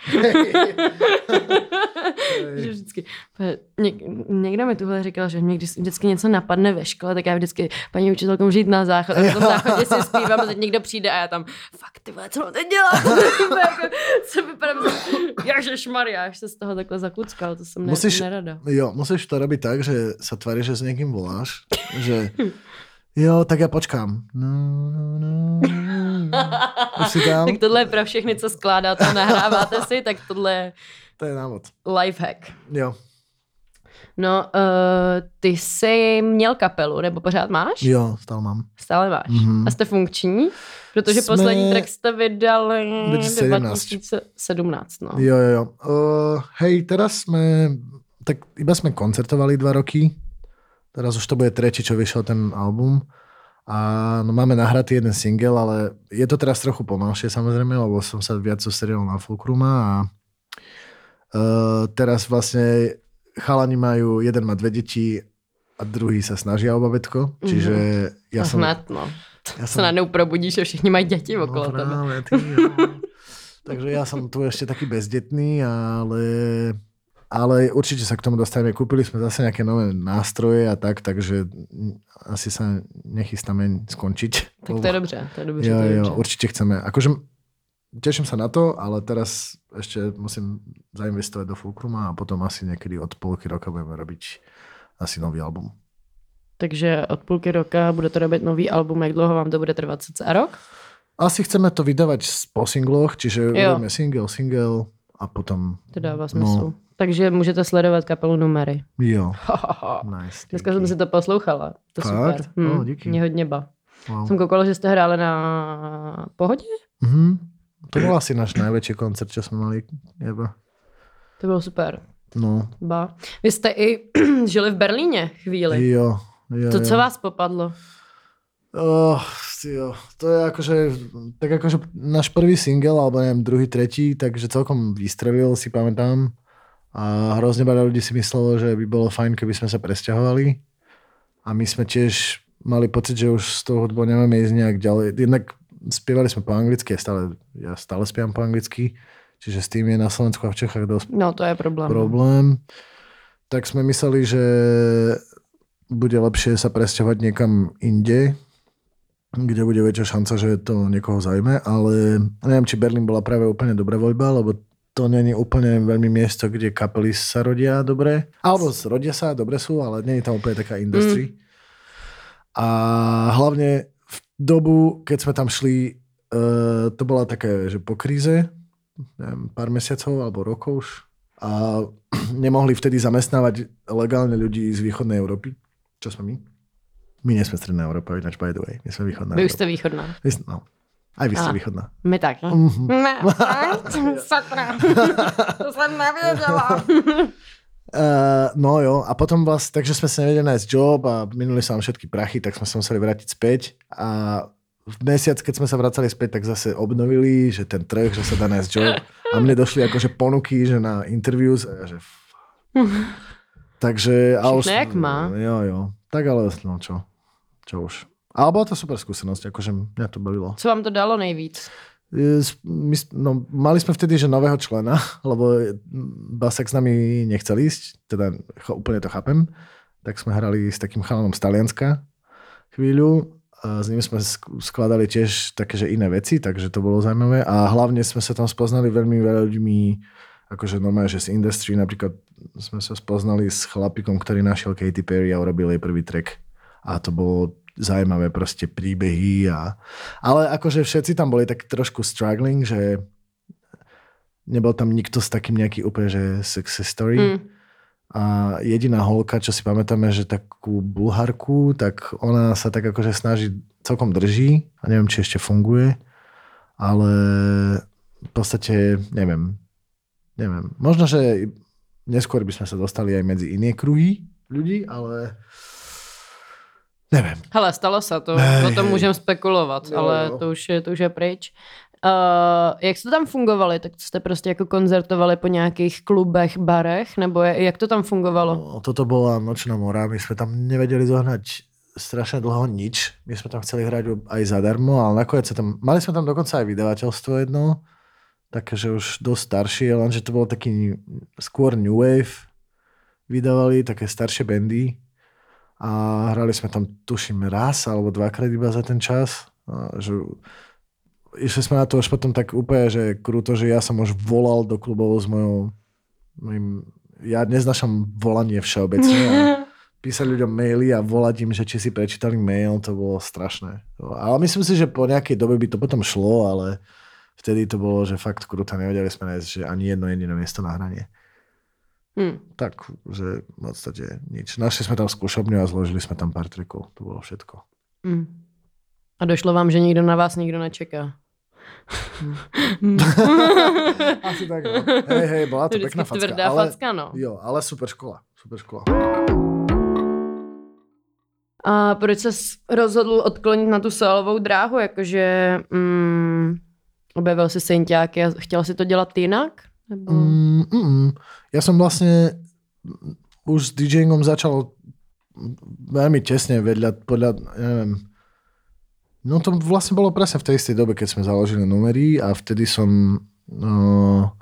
Že vždycky, něk, někdo mi tuhle říkal, že mě když vždycky něco napadne ve škole, tak já vždycky paní učitelkou můžu jít na záchod a na tom záchodě si zpívám a teď někdo přijde a já tam, fakt ty vole, co mám teď dělat? Co vypadám, ježišmarja, až se z toho takhle zakuckal, to jsem musíš, nerada. Jo, musíš to robiť tak, že sa tvári, že s někým voláš, že jo, tak já počkám. No, no, no. Tak tohle je pro všechny, co skládáte a nahráváte si, tak tohle je to je návod. Lifehack. Jo. No, uh, ty jsi měl kapelu, nebo pořád máš? Jo, stále mám. Stále máš. Mm-hmm. A jste funkční? Protože Jsme... poslední track jste vydali dva tisíce sedmnáct. No. Jo, jo, jo. Uh, hej, teraz jsme, tak iba jsme koncertovali dva roky. Teraz už to bude tretí, čo vyšiel ten album. A no, máme nahratý jeden single, ale je to teraz trochu pomalšie samozrejme, lebo som sa viac sústredil na Folkruma a uh, teraz vlastne chalani majú, jeden má dve deti a druhý sa snaží o babetko, čiže mm-hmm. ja som... Hned, no. Ja som... Se najednou probudíš a všichni mají děti okolo no, tebe. Práve, ty, no. Takže ja som tu ešte taký bezdetný, ale... Ale určite sa k tomu dostaneme. Kúpili sme zase nejaké nové nástroje a tak, takže asi sa nechystáme skončiť. Tak to je dobře, to je dobře. Jo, to je jo, dobře. určite chceme. Akože teším sa na to, ale teraz ešte musím zainvestovať do Fulcruma a potom asi niekedy od půlky roka budeme robiť asi nový album. Takže od půlky roka budete robiť nový album. Jak dlouho vám to bude trvat? Cca rok? Asi chceme to vydávať po singloch, čiže budeme single, single a potom... To dává smysl. No, takže můžete sledovat kapelu Numery. Jo. Nice, dneska jsem si to poslouchala. To je super. Hm, oh, díky. Mě hodně bav. Wow. Jsem koukala, že jste hráli na Pohodě? Mm-hmm. To byl asi náš největší koncert, co jsme mali. Jeba. To bylo super. No. Ba. Vy jste i žili v Berlíně chvíli. Jo. jo to, co jo. vás popadlo? Oh, jo. To je akože, tak akože náš prvý single, alebo neviem, druhý, tretí, takže celkom vystrelil, si pamätám. A hrozne veľa ľudí si myslelo, že by bolo fajn, keby sme sa presťahovali. A my sme tiež mali pocit, že už z toho hudbou nemáme ísť nejak ďalej. Jednak spievali sme po anglicky, ja stále, ja stále spievam po anglicky, čiže s tým je na Slovensku a v Čechách dosť no, to je problém. problém. Tak sme mysleli, že bude lepšie sa presťahovať niekam inde, kde bude väčšia šanca, že to niekoho zajme, ale neviem, či Berlín bola práve úplne dobrá voľba, lebo to není úplne veľmi miesto, kde kapely sa rodia dobre. Alebo rodia sa, dobre sú, ale nie je tam úplne taká industry. Mm. A hlavne v dobu, keď sme tam šli, uh, to bola také, že po kríze, neviem, pár mesiacov alebo rokov už. A nemohli vtedy zamestnávať legálne ľudí z východnej Európy. Čo sme my? My nie sme stredná Európa, ináč by the way. My sme východná Vy už ste východná. Vy, no. Aj vy ste východná. My tak, ne? Mm-hmm. Ne, sakra. To som nevedela. Uh, no jo, a potom vlastne, takže sme sa nevedeli nájsť job a minuli sa vám všetky prachy, tak sme sa museli vrátiť späť a v mesiac, keď sme sa vracali späť, tak zase obnovili, že ten trh, že sa dá nájsť job a mne došli akože ponuky, že na interviews a ja, že takže... Všechno jak má. Jo, jo, tak ale no čo, čo už. Ale bola to super skúsenosť, akože mňa to bavilo. Co vám to dalo nejvíc? My, no, mali sme vtedy, že nového člena, lebo Basek s nami nechcel ísť, teda úplne to chápem, tak sme hrali s takým chalanom z Talianska chvíľu a s ním sme skladali tiež také, že iné veci, takže to bolo zaujímavé a hlavne sme sa tam spoznali veľmi veľa ľuďmi, akože normálne, že z industry, napríklad sme sa spoznali s chlapikom, ktorý našiel Katy Perry a urobil jej prvý track a to bolo zaujímavé proste príbehy. A... Ale akože všetci tam boli tak trošku struggling, že nebol tam nikto s takým nejaký úplne, že success story. Mm. A jediná holka, čo si pamätáme, že takú Bulharku, tak ona sa tak akože snaží, celkom drží a neviem, či ešte funguje, ale v podstate neviem. Neviem. Možno, že neskôr by sme sa dostali aj medzi iné kruhy ľudí, ale neviem. Hele, stalo se to, hey, o tom hey. můžeme spekulovat, jo, ale jo. To, už je, to už je pryč. Uh, jak jste tam fungovali? Tak jste prostě jako koncertovali po nějakých klubech, barech? Nebo je, jak to tam fungovalo? No, toto bola Nočná mora. My sme tam nevedeli zohnať strašne dlho nič. My sme tam chceli hrať aj zadarmo, ale nakoniec sa tam... Mali sme tam dokonca aj vydavateľstvo jedno, také, že už dosť staršie, lenže to bolo taký skôr new wave. Vydávali také staršie bandy a hrali sme tam, tuším, raz alebo dvakrát iba za ten čas. A že išli sme na to už potom tak úplne, že kruto, že ja som už volal do klubov s mojou... Mojim, ja neznášam volanie všeobecne a písať ľuďom maily a volať im, že či si prečítali mail, to bolo strašné. Ale myslím si, že po nejakej dobe by to potom šlo, ale vtedy to bolo, že fakt kruto, nevedeli sme nájsť, že ani jedno jediné miesto na hranie. Hmm. Tak, že v podstate nič. Našli sme tam skúšobňu a zložili sme tam pár trikov. To bolo všetko. Hmm. A došlo vám, že nikdo na vás nikdo nečeká? Hmm. Asi tak, no. Hej, hej, bola to pekná facka. Tvrdá ale, facka, no. Jo, ale super škola. Super škola. A proč se rozhodl odklonit na tu solovou dráhu? Jakože mm, objevil si synťáky a chtěl si to dělat jinak? Nebo... Mm, mm, ja som vlastne už s DJingom začal veľmi tesne vedľa, podľa, ja neviem, no to vlastne bolo presne v tej istej dobe, keď sme založili Numery a vtedy som no,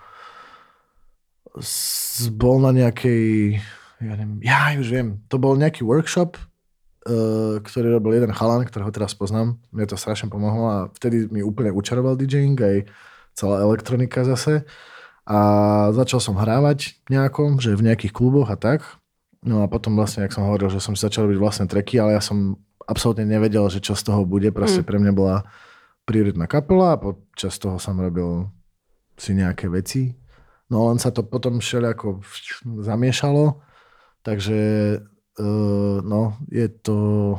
bol na nejakej, ja neviem, ja už viem, to bol nejaký workshop, uh, ktorý robil jeden chalan, ktorého teraz poznám, mne to strašne pomohlo a vtedy mi úplne učaroval DJing, aj celá elektronika zase. A začal som hrávať nejako, že v nejakých kluboch a tak. No a potom vlastne, jak som hovoril, že som si začal robiť vlastné tracky, ale ja som absolútne nevedel, že čo z toho bude. Proste mm. pre mňa bola prioritná kapela a počas toho som robil si nejaké veci. No len sa to potom všelijako zamiešalo. Takže uh, no, je to...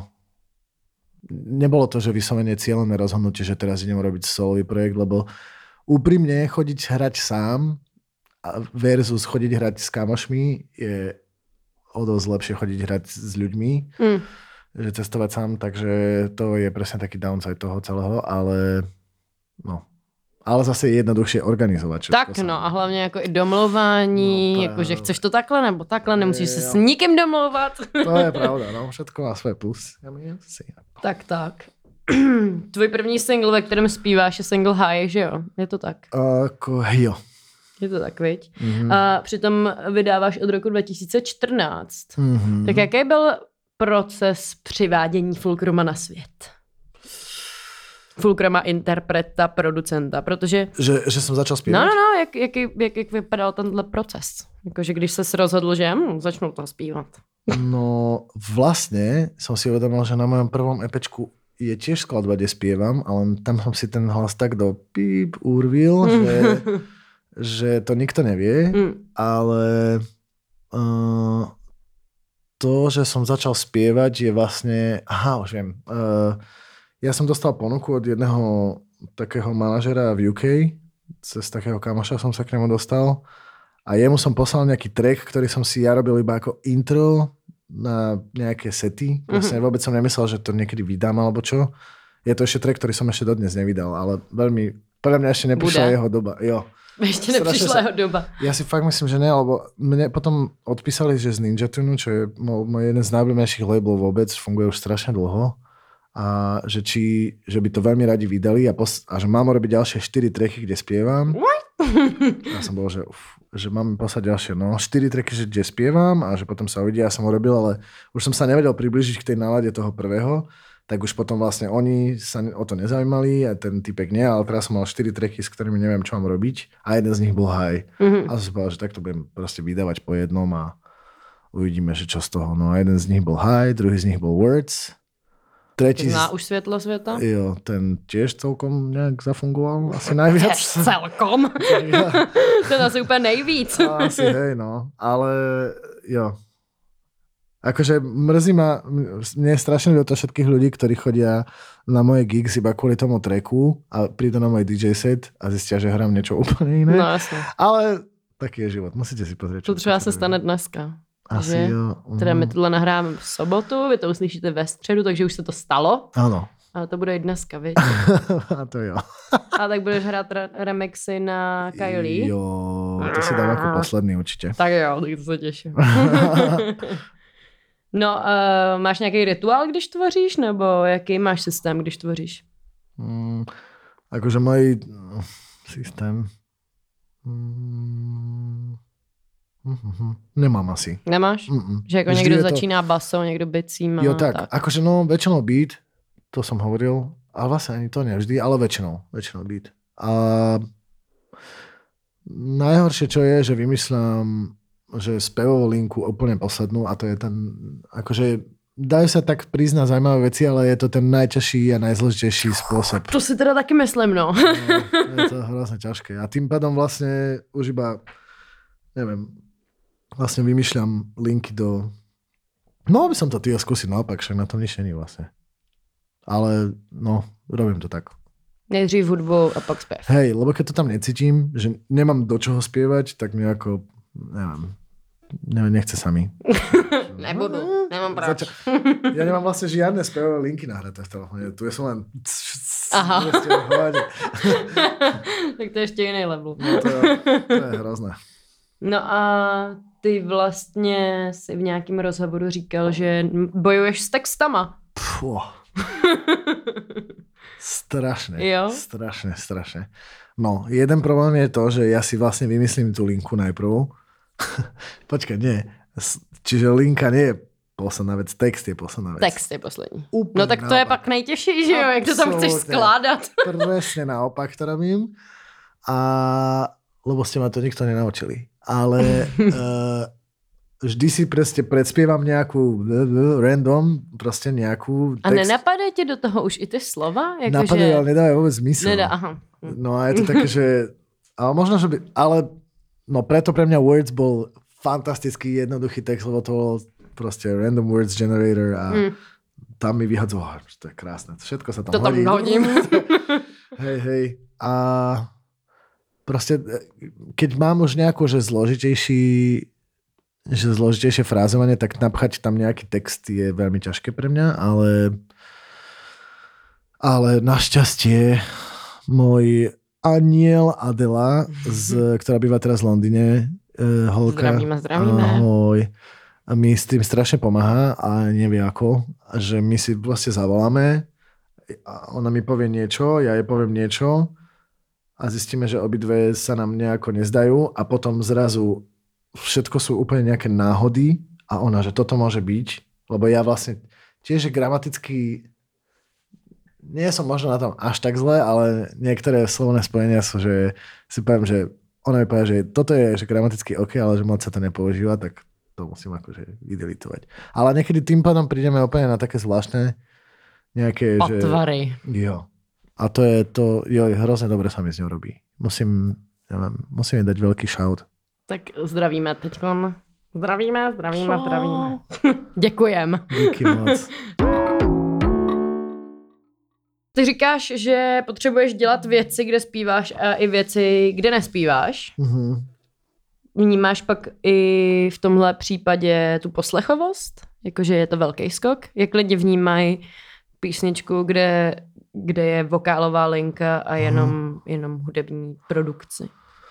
Nebolo to, že vyslovene cieľené rozhodnutie, že teraz idem robiť solový projekt, lebo úprimne chodiť hrať sám versus chodiť hrať s kamošmi je o dosť lepšie chodiť hrať s ľuďmi, mm. že cestovať sám, takže to je presne taký downside toho celého, ale no, ale zase je jednoduchšie organizovať. Tak no a hlavně jako i domlouvání, no, jako že chceš to takhle nebo takhle, nemusíš se s nikým domlouvat. To je pravda, no, všetko má své plus. Tak, tak. Tvůj první single, ve kterém zpíváš, je single High, že jo? Je to tak? Uh, jo. Je to tak, viď? Mm-hmm. A přitom vydáváš od roku dva tisíce čtrnáct. Mm-hmm. Tak jaký byl proces přivádění Fulcruma na svět? Fulcruma, interpreta, producenta, protože... Že, že jsem začal zpívat? No, no, no, jak, jak, jak, jak vypadal tenhle proces? Jakože když ses rozhodl, že hm, začnu to zpívat. No, vlastne som si uvedomil, že na mojom prvom EPčku je tiež skladba, kde spievam, ale tam som si ten hlas tak do píp urvil, mm. že, že to nikto nevie, mm. ale uh, to, že som začal spievať je vlastne, aha, už viem, uh, ja som dostal ponuku od jedného takého manažera v ú ká, cez takého kamoša som sa k nemu dostal a jemu som poslal nejaký track, ktorý som si ja robil iba ako intro na nejaké sety. Vlastne mm-hmm. vôbec som nemyslel, že to niekedy vydám alebo čo. Je to ešte track, ktorý som ešte dodnes nevydal, ale veľmi, podľa mňa ešte neprišla Bude. jeho doba. Jo. Ešte neprišla jeho doba. Ja si fakt myslím, že ne, lebo mne potom odpísali, že z Ninja Tune, čo je môj jeden z najobľúbenejších labelov vôbec, funguje už strašne dlho a že či, že by to veľmi radi vydali a, pos- a že mám robiť ďalšie štyri tracky, kde spievam. Ja som bol, že, uf, že mám poslať ďalšie, no, štyri tracky, že kde spievam a že potom sa uvidí, ja som ho robil, ale už som sa nevedel priblížiť k tej nálade toho prvého, tak už potom vlastne oni sa o to nezaujímali a ten typek nie, ale teraz som mal štyri tracky, s ktorými neviem, čo mám robiť a jeden z nich bol High. Mm-hmm. A som si povedal, že takto budem proste vydávať po jednom a uvidíme, že čo z toho. No a jeden z nich bol High, druhý z nich bol Words. tretí... Zná už světlo světa? Jo, ten tiež celkom nejak zafungoval. Asi najviac. Celkom? To je asi úplně nejvíc. Asi hej, no. Ale jo. Akože mrzí ma, mne je strašne ľúto všetkých ľudí, ktorí chodia na moje gigs iba kvôli tomu tracku a prídu na môj dý džej set a zistia, že hrám niečo úplne iné. No jasne. Ale taký je život, musíte si pozrieť. To třeba se stane dneska. Asi že? jo. Mm. Teda my tohle nahráme v sobotu, vy to uslyšíte ve středu, takže už se to stalo. Áno. Ale to bude i dneska, viď? A to jo. A tak budeš hrát re- remixy na Kylie? Jo, to si dám ako posledný určite. Tak jo, tak to se těším. No, uh, máš nějaký rituál, když tvoříš, nebo jaký máš systém, když tvoříš? Mm, akože môj no, systém... Mm, mm-hmm, nemám asi. Nemáš? Mm-mm. Že jako Vždy někdo je to... začíná basou, někdo bicím a Jo, tak. tak. Akože no, väčšinou beat, to som hovoril, ale vlastne ani to nevždy, ale väčšinou, väčšinou beat. A najhoršie, čo je, že vymyslám, že spevovú linku úplne poslednú a to je ten, akože dajú sa tak priznať zaujímavé veci, ale je to ten najťažší a najzložitejší spôsob. To si teda taky myslím, no. No, je to hrozne ťažké. A tým pádom vlastne už iba, neviem, vlastne vymýšľam linky do... No, by som to týho skúsiť naopak, však na tom nič není vlastne. Ale no, robím to tak. Nejdřív hudbu a pak zpěv. Hej, lebo keď to tam necítim, že nemám do čoho spievať, tak mi ako, neviem, neviem nechce sa mi. Nebudu, nemám proč. Zača- ja nemám vlastne žiadne spevové linky nahraté v telefóne. Tu som len... Aha. Aha. Tak to je ještě jiný level. No, to, to je hrozné. No a ty vlastně si v nějakém rozhovoru říkal, že bojuješ s textama. Puh. Strašne, jo? strašne, strašne. No, jeden problém je to, že ja si vlastne vymyslím tú linku najprv. Počkaj, nie. Čiže linka nie je posledná vec, text je posledná vec. Text je poslední. Úplne no tak to naopak. je pak nejtěžší, že jo? Jak to tam chceš Absolútne. skládat. Presne naopak to robím. A lebo ste ma to nikto nenaučili. Ale uh, vždy si presne predspievam nejakú random, proste nejakú text. A nenapadají ti do toho už i ty slova? Jako Napadajú, že... ale nedávajú vôbec zmysel. Nedá, aha. No a je to také, že... Ale možno, že by... Ale no preto pre mňa Words bol fantastický, jednoduchý text, lebo to bol proste random words generator a mm. tam mi vyhadzoval, to je krásne. Všetko sa tam to hodí. To tam hodím. Hej, hej. A proste, keď mám už nejakú, že zložitejší že zložitejšie frázovanie, tak napchať tam nejaký text je veľmi ťažké pre mňa, ale ale našťastie môj aniel Adela, z, ktorá býva teraz v Londýne, eh, holka. Zdravíme, zdravíme. Ahoj. A mi s tým strašne pomáha a nevie ako, že my si vlastne zavoláme a ona mi povie niečo, ja jej poviem niečo a zistíme, že obidve sa nám nejako nezdajú a potom zrazu všetko sú úplne nejaké náhody a ona, že toto môže byť, lebo ja vlastne tiež gramaticky nie som možno na tom až tak zle, ale niektoré slovné spojenia sú, že si poviem, že ona mi povie, že toto je že gramaticky OK, ale že moc sa to nepoužíva, tak to musím akože vydelitovať. Ale niekedy tým pádom prídeme úplne na také zvláštne nejaké, Potvary. že... Jo. A to je to, jo, hrozne dobre sa mi z ňou robí. Musím, neviem, musím jej dať veľký shout. Tak zdravíme teďkon. Zdravíme, zdravíme, Čo? zdravíme. Děkujem. Díky moc. Ty říkáš, že potřebuješ dělat věci, kde zpíváš a i věci, kde nespíváš. Mm-hmm. Vnímáš pak i v tomhle případě tu poslechovost? Jakože je to velký skok? Jak lidi vnímají písničku, kde, kde je vokálová linka a jenom, mm. jenom hudební produkci?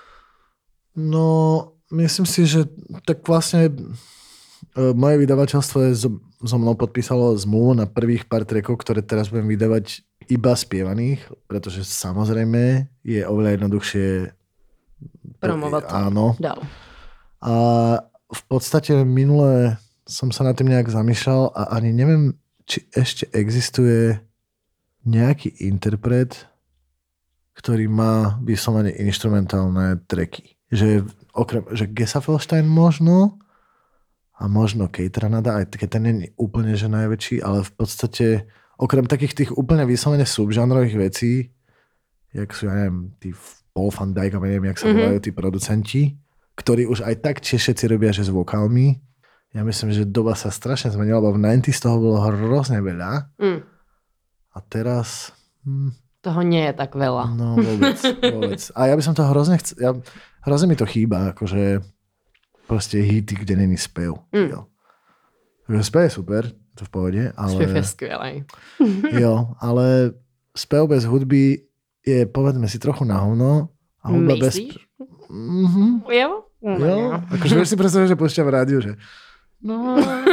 No, myslím si, že tak vlastne moje vydavateľstvo je so, so mnou podpísalo zmluvu na prvých pár trackov, ktoré teraz budem vydávať iba spievaných, pretože samozrejme je oveľa jednoduchšie promovať to. Áno. Dál. A v podstate minule som sa nad tým nejak zamýšľal a ani neviem, či ešte existuje nejaký interpret, ktorý má vyslovene instrumentálne tracky. Že okrem, že Gesafelstein možno a možno Kate Ranada, aj keď ten nie je úplne že najväčší, ale v podstate okrem takých tých úplne vyslovene subžánrových vecí, jak sú, ja neviem, tí Paul van Dyk, a neviem, jak sa volajú mm-hmm. tí producenti, ktorí už aj tak všetci robia, že s vokálmi. Ja myslím, že doba sa strašne zmenila, lebo v deväťdesiatych z toho bolo hrozne veľa. Mm. A teraz... Hm, toho nie je tak veľa. No vôbec, vôbec. A ja by som to hrozne chcel... Ja, hrozne mi to chýba, akože proste hity, kde není spev. Mm. Jo. Spev je super, to v pohode, ale... Spev je skvělej. Jo, ale spev bez hudby je, povedzme si, trochu na hovno. A hudba bez... Mm-hmm. Jo? No, jo, akože vieš si predstaviť, že púšťam v rádiu, že... No,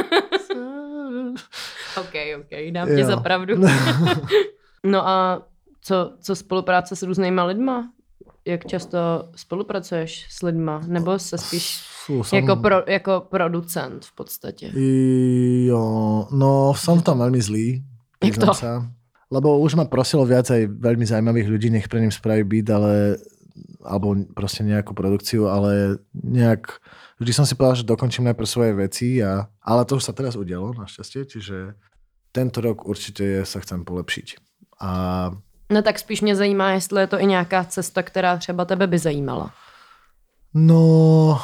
OK, OK, dám ti za pravdu. No a co, co spolupráce s různýma lidma? Jak často spolupracuješ s lidma? Nebo se spíš Fú, som... jako, pro, jako producent v podstatě? Jo, no som tam veľmi zlý. Jak to? Sa, lebo už ma prosilo viac aj veľmi zaujímavých ľudí, nech pre ním spraví beat, ale... alebo proste nejakú produkciu, ale nejak... Vždy som si povedal, že dokončím najprv svoje veci, a, ale to už sa teraz udialo, našťastie, čiže tento rok určite sa chcem polepšiť. A... No tak spíš mě zajímá, jestli je to i nějaká cesta, která třeba tebe by zajímala. No,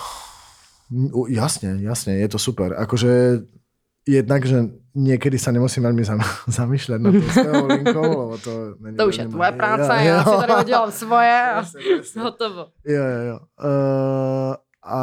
jasne, jasne, je to super. Akože jednak, že niekedy sa nemusím veľmi zamýšľať na to svojou linkou, lebo to... To už je tvoje práce, ja, ja si tady udělám svoje a hotovo. Jo, jo, jo. Uh, a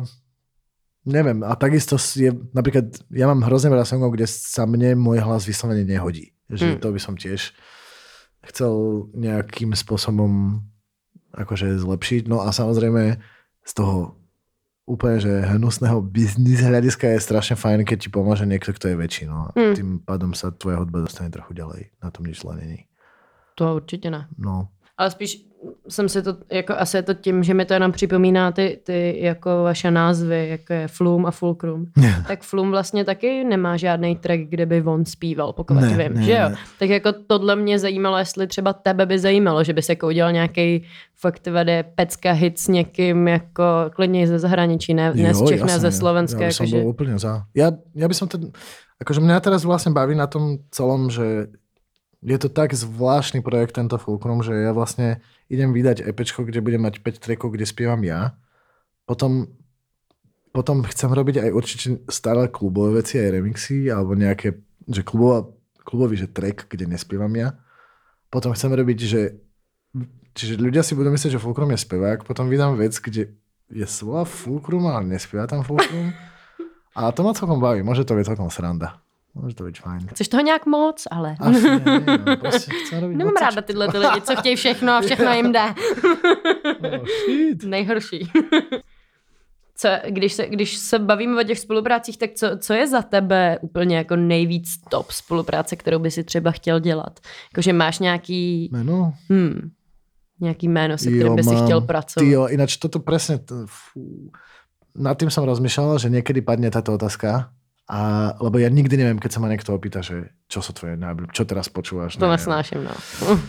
neviem, a takisto je, napríklad, ja mám hrozne veľa songov, kde sa mne môj hlas vyslovene nehodí. Že hmm. to by som tiež chcel nejakým spôsobom akože zlepšiť. No a samozrejme z toho úplne, že hnusného biznis hľadiska je strašne fajn, keď ti pomôže niekto, kto je väčší. No. Hmm. Tým pádom sa tvoja hudba dostane trochu ďalej. Na tom nič zle není. To určitě ne. No. Ale spíš jsem si to, jako asi je to tím, že mi to jenom připomíná ty, ty jako vaše názvy, jako je Flum a Fulcrum. Tak Flum vlastně taky nemá žádný track, kde by on zpíval, pokud ne, vím, ne, že jo? Ne. Tak jako tohle mě zajímalo, jestli třeba tebe by zajímalo, že bys jako udělal nějaký fakt vede pecka hit s někým jako klidně ze zahraničí, ne, ne z Čech, ne ze Slovenska. Ja by som bol že... úplne za. Ja, ja by som to, akože mňa teraz vlastne baví na tom celom, že je to tak zvláštny projekt tento Fulcrum, že ja vlastne idem vydať EPčko, kde budem mať päť trackov, kde spievam ja. Potom, potom chcem robiť aj určite stále klubové veci, aj remixy, alebo nejaké, že klubová, klubový že track, kde nespievam ja. Potom chcem robiť, že čiže ľudia si budú myslieť, že Fulcrum je spevák, potom vydám vec, kde je slova Fulcrum, ale nespieva tam Fulcrum. A to ma celkom baví, môže to byť celkom sranda. Může to být fajn. Chceš toho nějak moc, ale... Ach, ne, ne, prostě nemám ráda tyhle ty lidi, co chtějí všechno a všechno jim jde. Oh, shit. Nejhorší. Co, když, se, když se bavíme o těch spoluprácích, tak co, co je za tebe úplně jako nejvíc top spolupráce, kterou by si třeba chtěl dělat? Jakože máš nějaký... Jméno? Hmm, nějaký jméno, se kterým by si chtěl pracovat. Tyjo, ináč toto presne... Fú, nad tým som rozmýšľal, že niekedy padne táto otázka. A, lebo ja nikdy neviem, keď sa ma niekto opýta, že čo sú tvoje najbližšie, čo teraz počúvaš. To nesnášim, no.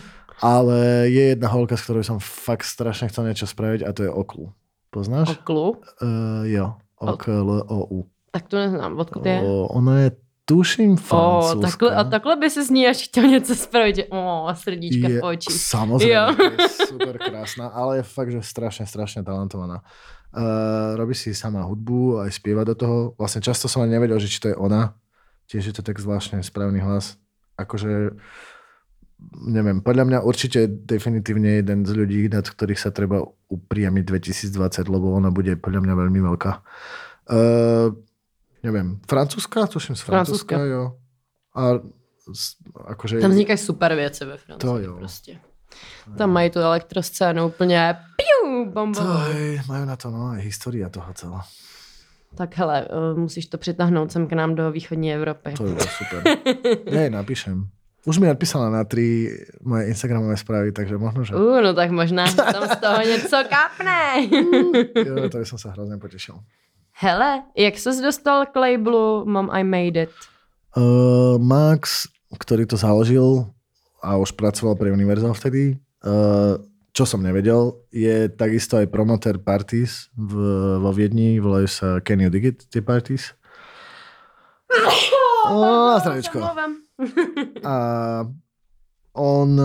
Ale je jedna holka, s ktorou som fakt strašne chcel niečo spraviť a to je Oklu. Poznáš? Oklu? Uh, jo. O K L O U. Tak to neznám. Odkud je? O, ono je tuším francúzska. Oh, takhle, a takhle by si z ní až chtěl něco spravit, že oh, srdíčka je, v očích. Samozrejme, je super krásna, ale je fakt, že strašne, strašne talentovaná. Uh, robí si sama hudbu, aj spieva do toho. Vlastne často som ani nevedel, že či to je ona. Tiež je to tak zvláštne správny hlas. Akože, neviem, podľa mňa určite definitívne jeden z ľudí, nad ktorých sa treba upriamiť dvetisícdvadsať, lebo ona bude podľa mňa veľmi veľká. Uh, neviem, francúzska? Tuším z Francúzska, jo. A akože... Tam vznikají super věci ve Francii prostě. Tam mají tu elektroscénu úplně piu, bombovou. To je, majú na to, no, aj história toho celá. Tak hele, musíš to přitáhnout sem k nám do východní Evropy. To je to super. Ja napíšem. Už mi napísala na tri moje Instagramové správy, takže možno, že... Uh, no tak možná tam z toho něco kápne. Jo, to by som sa hrozně potešil. Hele, jak ses dostal k labelu Mom I Made It? Uh, Max, ktorý to založil a už pracoval pre Universal vtedy, uh, čo som nevedel, je takisto aj promotér parties v, vo Viedni, volajú sa Can You Dig It, tie parties. Oh, na zdravičko. A on,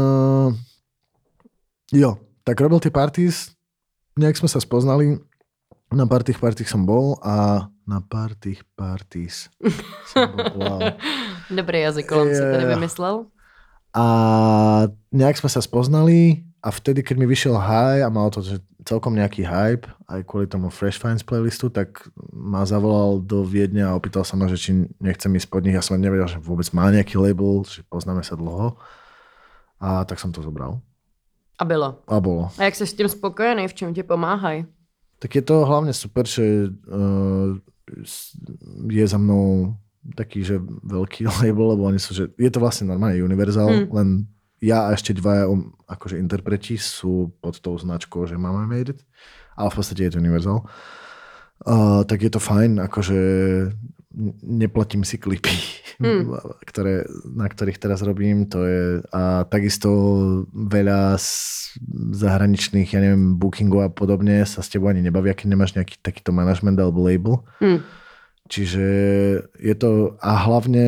jo, tak robil tie parties, nejak sme sa spoznali, na pár tých parties som bol a na pár tých parties som bol, wow. Dobrý jazyk, kolem si tady vymyslel. A nejak sme sa spoznali a vtedy, keď mi vyšiel High a mal to že celkom nejaký hype, aj kvôli tomu Fresh Finds playlistu, tak ma zavolal do Viedne a opýtal sa ma, že či nechcem ísť pod nich. Ja som nevedel, že vôbec má nejaký label, že poznáme sa dlho. A tak som to zobral. A bylo. A bolo. A jak jsi s tím spokojený, v čem ti pomáhají? Tak je to hlavne super, že uh, je za mnou taký, že veľký label, lebo oni sú, že je to vlastne normálne Universal, hmm. len ja a ešte dvaja um, akože interpreti sú pod tou značkou, že Mama Made It, ale v podstate je to Universal. Uh, tak je to fajn, akože neplatím si klipy, hmm. ktoré, na ktorých teraz robím, to je a takisto veľa z zahraničných, ja neviem, bookingov a podobne sa s tebou ani nebavia, keď nemáš nejaký takýto management alebo label. Hmm. Čiže je to a hlavne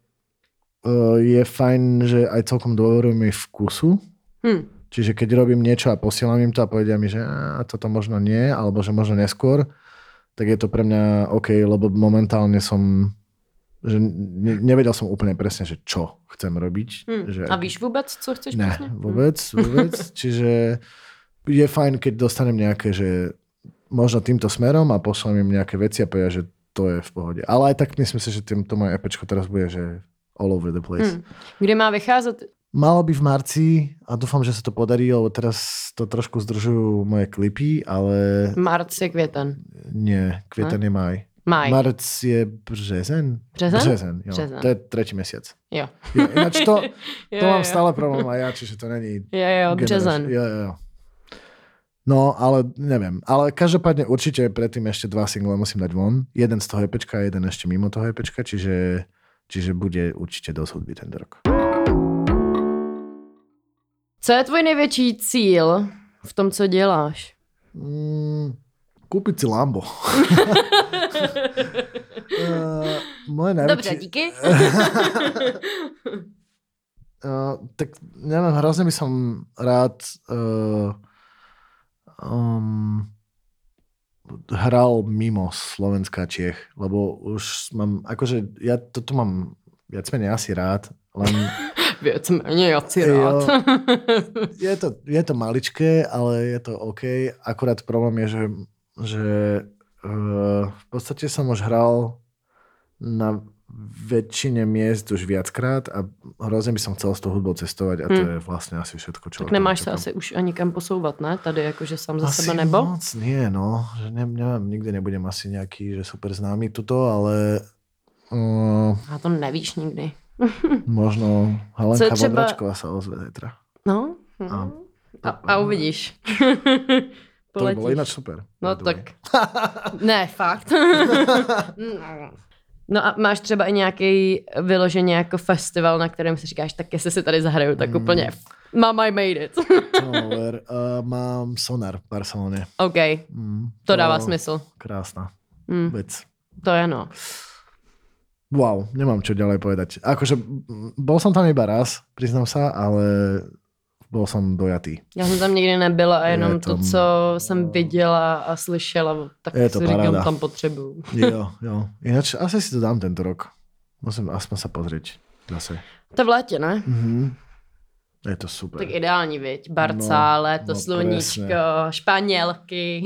uh, je fajn, že aj celkom dôverujem jej vkusu. Hmm. Čiže keď robím niečo a posielam im to a povedia mi, že á, toto možno nie, alebo že možno neskôr, tak je to pre mňa OK, lebo momentálne som, že ne, nevedel som úplne presne, že čo chcem robiť. Hmm. Že, a víš vôbec, co chceš ne, presne? vôbec, vôbec. Čiže je fajn, keď dostanem nejaké, že možno týmto smerom a pošlem im nejaké veci a povedia, že to je v pohode. Ale aj tak myslím si, že to moje EPčko teraz bude, že all over the place. Hmm. Kde má vycházet? Malo by v marci a dúfam, že sa to podarí, lebo teraz to trošku zdržujú moje klipy, ale... Marc je květen. Nie, květen je maj. Maj. Marec je březen? Březen? Březen, jo. Březen. To je tretí mesiac. Jo. jo ináč to, to jo, mám jo. stále problém aj ja, čiže to není... Jo, jo, březen. Jo, jo, jo. No, ale neviem. Ale každopádne určite predtým ešte dva single musím dať von. Jeden z toho EPčka a jeden ešte mimo toho EPčka, čiže, čiže bude určite dosť hudby tento rok. Co je tvoj největší cíl v tom, co děláš? Mm, kúpiť si Lambo. uh, moje najväčší... Dobře, díky. uh, tak neviem, hrozne by som rád uh, um, hral mimo Slovenska a Čiech, lebo už mám, akože ja toto mám viac menej asi rád, len... Viac menej asi rád. Je to, je to maličké, ale je to OK. Akurát problém je, že, že uh, v podstate som už hral na väčšine miest už viackrát a hrozne by som chcel s tou hudbou cestovať a to hmm. je vlastne asi všetko, čo... Tak nemáš sa asi už ani kam posouvat, ne? Tady jakože sám za asi sebe nebo? Moc nie, no. Že ne, neviem, nikde nebudem asi nejaký že super známy tuto, ale... Uh, a to nevíš nikdy. Možno Helenka třeba... Vondračková sa ozve zajtra. No. A, a, a uvidíš. To by bolo ináč super. No tak. Ne, fakt. No a máš třeba i nějaký vyloženě jako festival, na kterém si říkáš, tak jestli si tady zahraju, tak úplně Mama, I made it. No, ver, uh, mám Sonar v Barcelone. OK, mm, to, to dává smysl. Krásna mm. vec. To je no. Wow, nemám čo ďalej povedať. Akože bol som tam iba raz, priznám sa, ale bol som dojatý. Já jsem tam nikdy nebyla a jenom je to, to, co jsem viděla a slyšela, tak je to si paráda. říkám, tam potřebuju. Jo, jo. Ináč asi si to dám tento rok. Musím aspoň sa pozrieť zase. To v létě, ne? Mhm. Je to super. Tak ideální, viď? Barca, no, léto, no, sluníčko, presne. Španělky.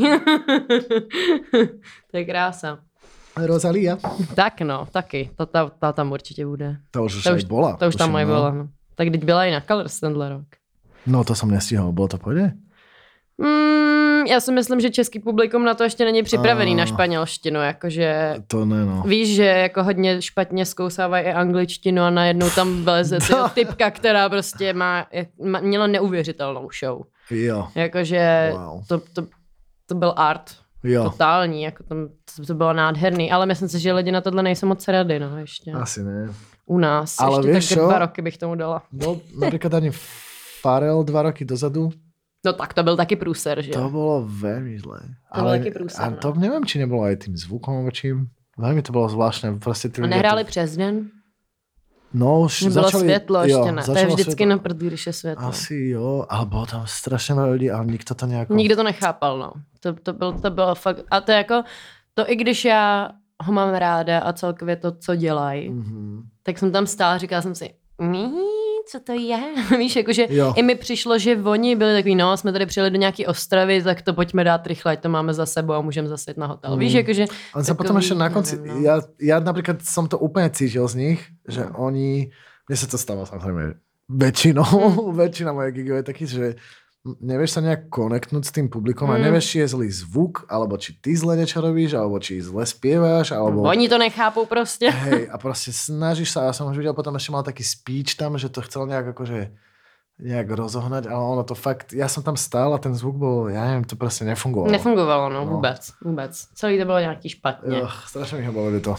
To je krása. Rosalia. Tak no, taky. Ta, ta, ta tam určitě bude. Ta už už aj bola. Ta už tam aj bola, no. Tak teď byla i na Colors tenhle rok. No to som nestihol, bolo to pôjde? Mm, já si myslím, že český publikum na to ještě není připravený a... na španělštinu, jakože... To ne, no. Víš, že jako hodně špatně zkousávají i angličtinu a najednou tam vleze no. typka, která prostě má, má, měla neuvěřitelnou show. Jo. Jakože wow. to, to, to byl art. Jo. Totální, jako tam, to, to bylo nádherný, ale myslím si, že lidi na tohle nejsou moc rady, no ještě. Asi ne. U nás, ale ještě vieš, tak čo? dva roky bych tomu dala. No, napríklad ani Pharrell dva roky dozadu. No tak to byl taky průser, že? To bolo veľmi zlé. To ale, taky průser, a to no. neviem, či nebolo aj tým zvukom, alebo čím. Veľmi to bolo zvláštne. Proste a nehráli to... přes den? No už Nebylo začali... světlo ještě jo, ne. To je vždycky světlo. na prd, když je světlo. Asi jo, ale bylo tam strašně veľa lidí, ale nikto to nejako... Nikdo to nechápal, no. To, to, bylo, to bylo fakt... A to je jako... To i když já ho mám ráda a celkově to, co dělají, mm-hmm. tak jsem tam stála a říkala jsem si, mí, co to je? Víš, jakože jo. I mi přišlo, že oni byli takový, no, jsme tady přijeli do nějaký ostravy, tak to pojďme dát rychle, ať to máme za sebou a můžeme zase jít na hotel. Mm. Víš, jakože... Ale sa potom ešte na konci, neviem, no. ja, ja napríklad som to úplne cítil z nich, že no. oni, mne sa to stalo samozrejme väčšinou, mm. väčšina mojich gigov je taký, že nevieš sa nejak konektnúť s tým publikom mm. a nevieš, či je zlý zvuk, alebo či ty zle niečo robíš, alebo či zle spievaš, alebo... Oni to nechápou proste. Hej, a proste snažíš sa, ja som už videl, potom ešte mal taký speech tam, že to chcel nejak akože nejak rozohnať, ale ono to fakt, ja som tam stál a ten zvuk bol, ja neviem, to proste nefungovalo. Nefungovalo, no, no. vůbec, vůbec. Celý to bylo nějaký špatně. Jo, strašne mi ho bavili to.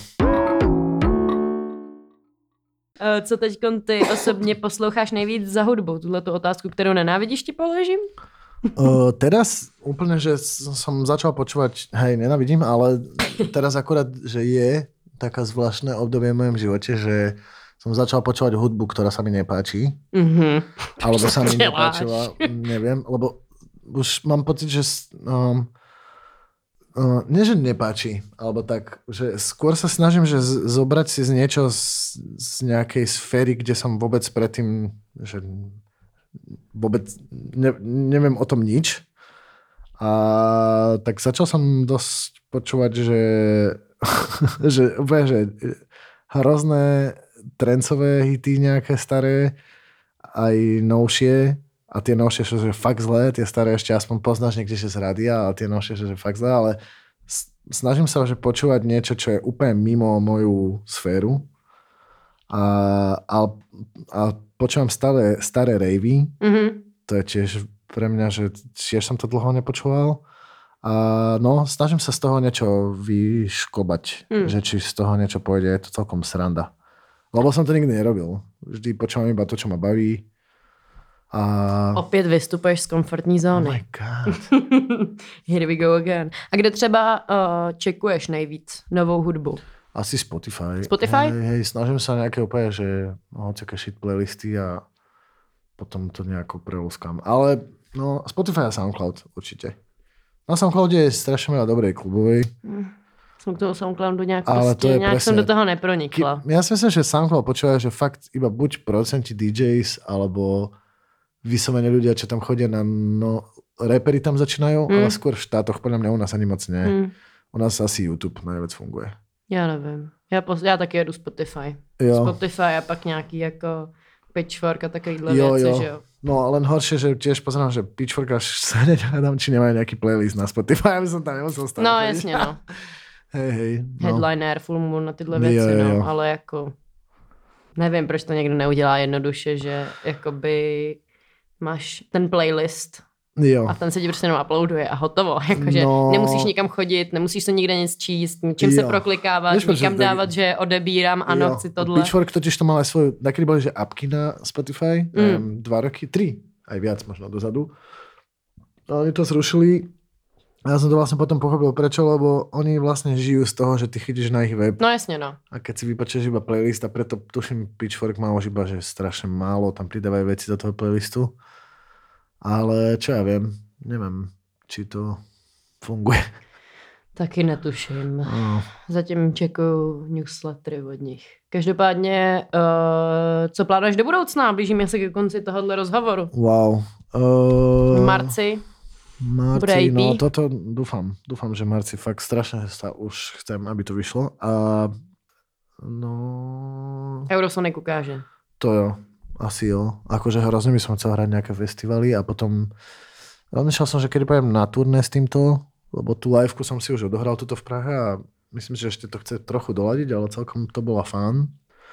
Co teď ty osobně posloucháš nejvíc za hudbou? Tuhletu otázku, kterou nenávidíš, ti položím? Uh, teraz úplne, že som začal počúvať, hej, nenávidím, ale teraz akurát, že je taká zvláštne obdobie v mojom živote, že som začal počúvať hudbu, ktorá sa mi nepáči. Mm-hmm. Alebo sa mi nepáčila, neviem, lebo už mám pocit, že um, Uh, nie, že nepáči, alebo tak, že skôr sa snažím, že z- zobrať si z niečo z, z nejakej sféry, kde som vôbec predtým, že vôbec ne, neviem o tom nič. A tak začal som dosť počúvať, že, že úplne, že hrozné trencové hity nejaké staré, aj novšie. A tie novšie, že fakt zlé, tie staré ešte aspoň poznáš niekde, že z rádia, ale tie novšie, že fakt zlé, ale snažím sa, že počúvať niečo, čo je úplne mimo moju sféru. A, a, a počúvam staré, staré ravey. Mm-hmm. To je tiež pre mňa, že tiež som to dlho nepočúval. A no, snažím sa z toho niečo vyškobať, mm. že či z toho niečo pôjde, je to celkom sranda. Lebo som to nikdy nerobil. Vždy počúvam iba to, čo ma baví. A... Opět vystupuješ z komfortní zóny. Oh my god. Here we go again. A kde třeba uh, čekuješ nejvíc novou hudbu? Asi Spotify. Spotify? Hej, hej, snažím sa nejaké úplne, že hociaké shit playlisty a potom to nejako prelúskam. Ale no, Spotify a SoundCloud určite. Na SoundCloude je strašne veľa dobrej klubovej. Mm. Som k toho SoundCloudu nejak, ale prostě, to nejak presne, som do toho nepronikla. Ja si myslím, že SoundCloud počúva, že fakt iba buď producenti dý džejs, alebo vyslovene ľudia, čo tam chodia na... No, rapery tam začínajú, mm. ale skôr v štátoch, podľa mňa u nás ani moc nie. Mm. U nás asi YouTube najviac funguje. Já nevím. Já, pos- já taky jedu Spotify. Jo. Spotify a pak nějaký jako Pitchfork a takovýhle jo, věci, jo. že jo. No, len horšie, že tiež pozerám, že Pitchfork až sa hneď hľadám, či nemajú nejaký playlist na Spotify, aby som tam nemusel stať. No, jasně, no. hej, hej. No. Headliner, Full Moon na tyhle věci, jo, jo, jo. no, ale jako nevím, proč to někdo neudělá jednoduše, že jakoby máš ten playlist jo. a ten se ti prostě jenom uploaduje a hotovo. Jakože no. nemusíš nikam chodit, nemusíš se nikde nic číst, čím jo. se proklikávat, Víš, nikam dávat, tak... že odebírám, ano, jo. chci tohle. Pitchfork totiž to mal aj svoju, takedy boli, že apky na Spotify, mm. um, dva roky, tri, aj viac možno dozadu. A oni to zrušili. Ja som to vlastne potom pochopil prečo, lebo oni vlastne žijú z toho, že ty chytíš na ich web. No jasne, no. A keď si vypočuješ iba playlist a preto tuším Pitchfork má už iba, že strašne málo, tam pridávajú veci do toho playlistu. Ale čo ja viem, neviem, či to funguje. Taky netuším. No. Zatím čekuju newslettery od nich. Každopádně, uh, co plánuješ do budoucna? Blížíme se ke konci tohohle rozhovoru. Wow. Uh... V marci? Marci, no toto dúfam. Dúfam, že marci fakt strašne sa už chcem, aby to vyšlo. A no... Eurosonic ukáže. To jo, asi jo. Akože hrozne by som chcel hrať nejaké festivaly a potom rozmýšľal som, že kedy pojem na turné s týmto, lebo tú liveku som si už odohral tuto v Prahe a myslím, že ešte to chce trochu doladiť, ale celkom to bola fun.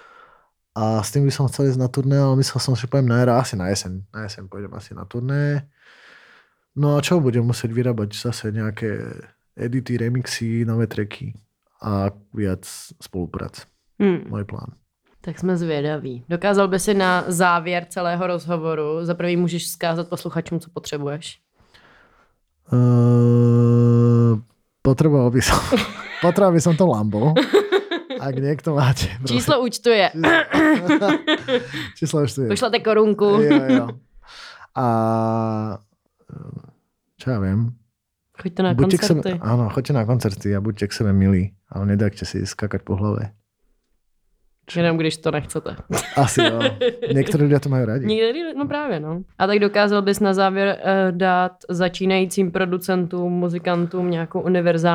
A s tým by som chcel ísť na turné, ale myslel som, že pojem na era, asi na jeseň. Na jeseň pôjdem asi na turné. No a čo, budem musieť vyrábať zase nejaké edity, remixy, nové tracky a viac spoluprác. Hmm. Môj plán. Tak jsme zvědaví. Dokázal by si na závěr celého rozhovoru za prvý můžeš vzkázat posluchačům, co potřebuješ? Uh, potreboval by som. Potreboval by som to Lambo. Ak niekto máte. Číslo účtuje. Číslo účtuje. Pošlete korunku. Jo, jo. A čo ja viem. Choďte na buďte koncerty. K sebe, áno, choďte na koncerty a buďte k sebe milí. Ale nedajte si skakať po hlave. Jenom když to nechcete. Asi jo. Někteří lidé to mají rádi. Někteří, no právě, no. A tak dokázal bys na závěr uh, dát začínajícím producentům, muzikantům nějakou univerzální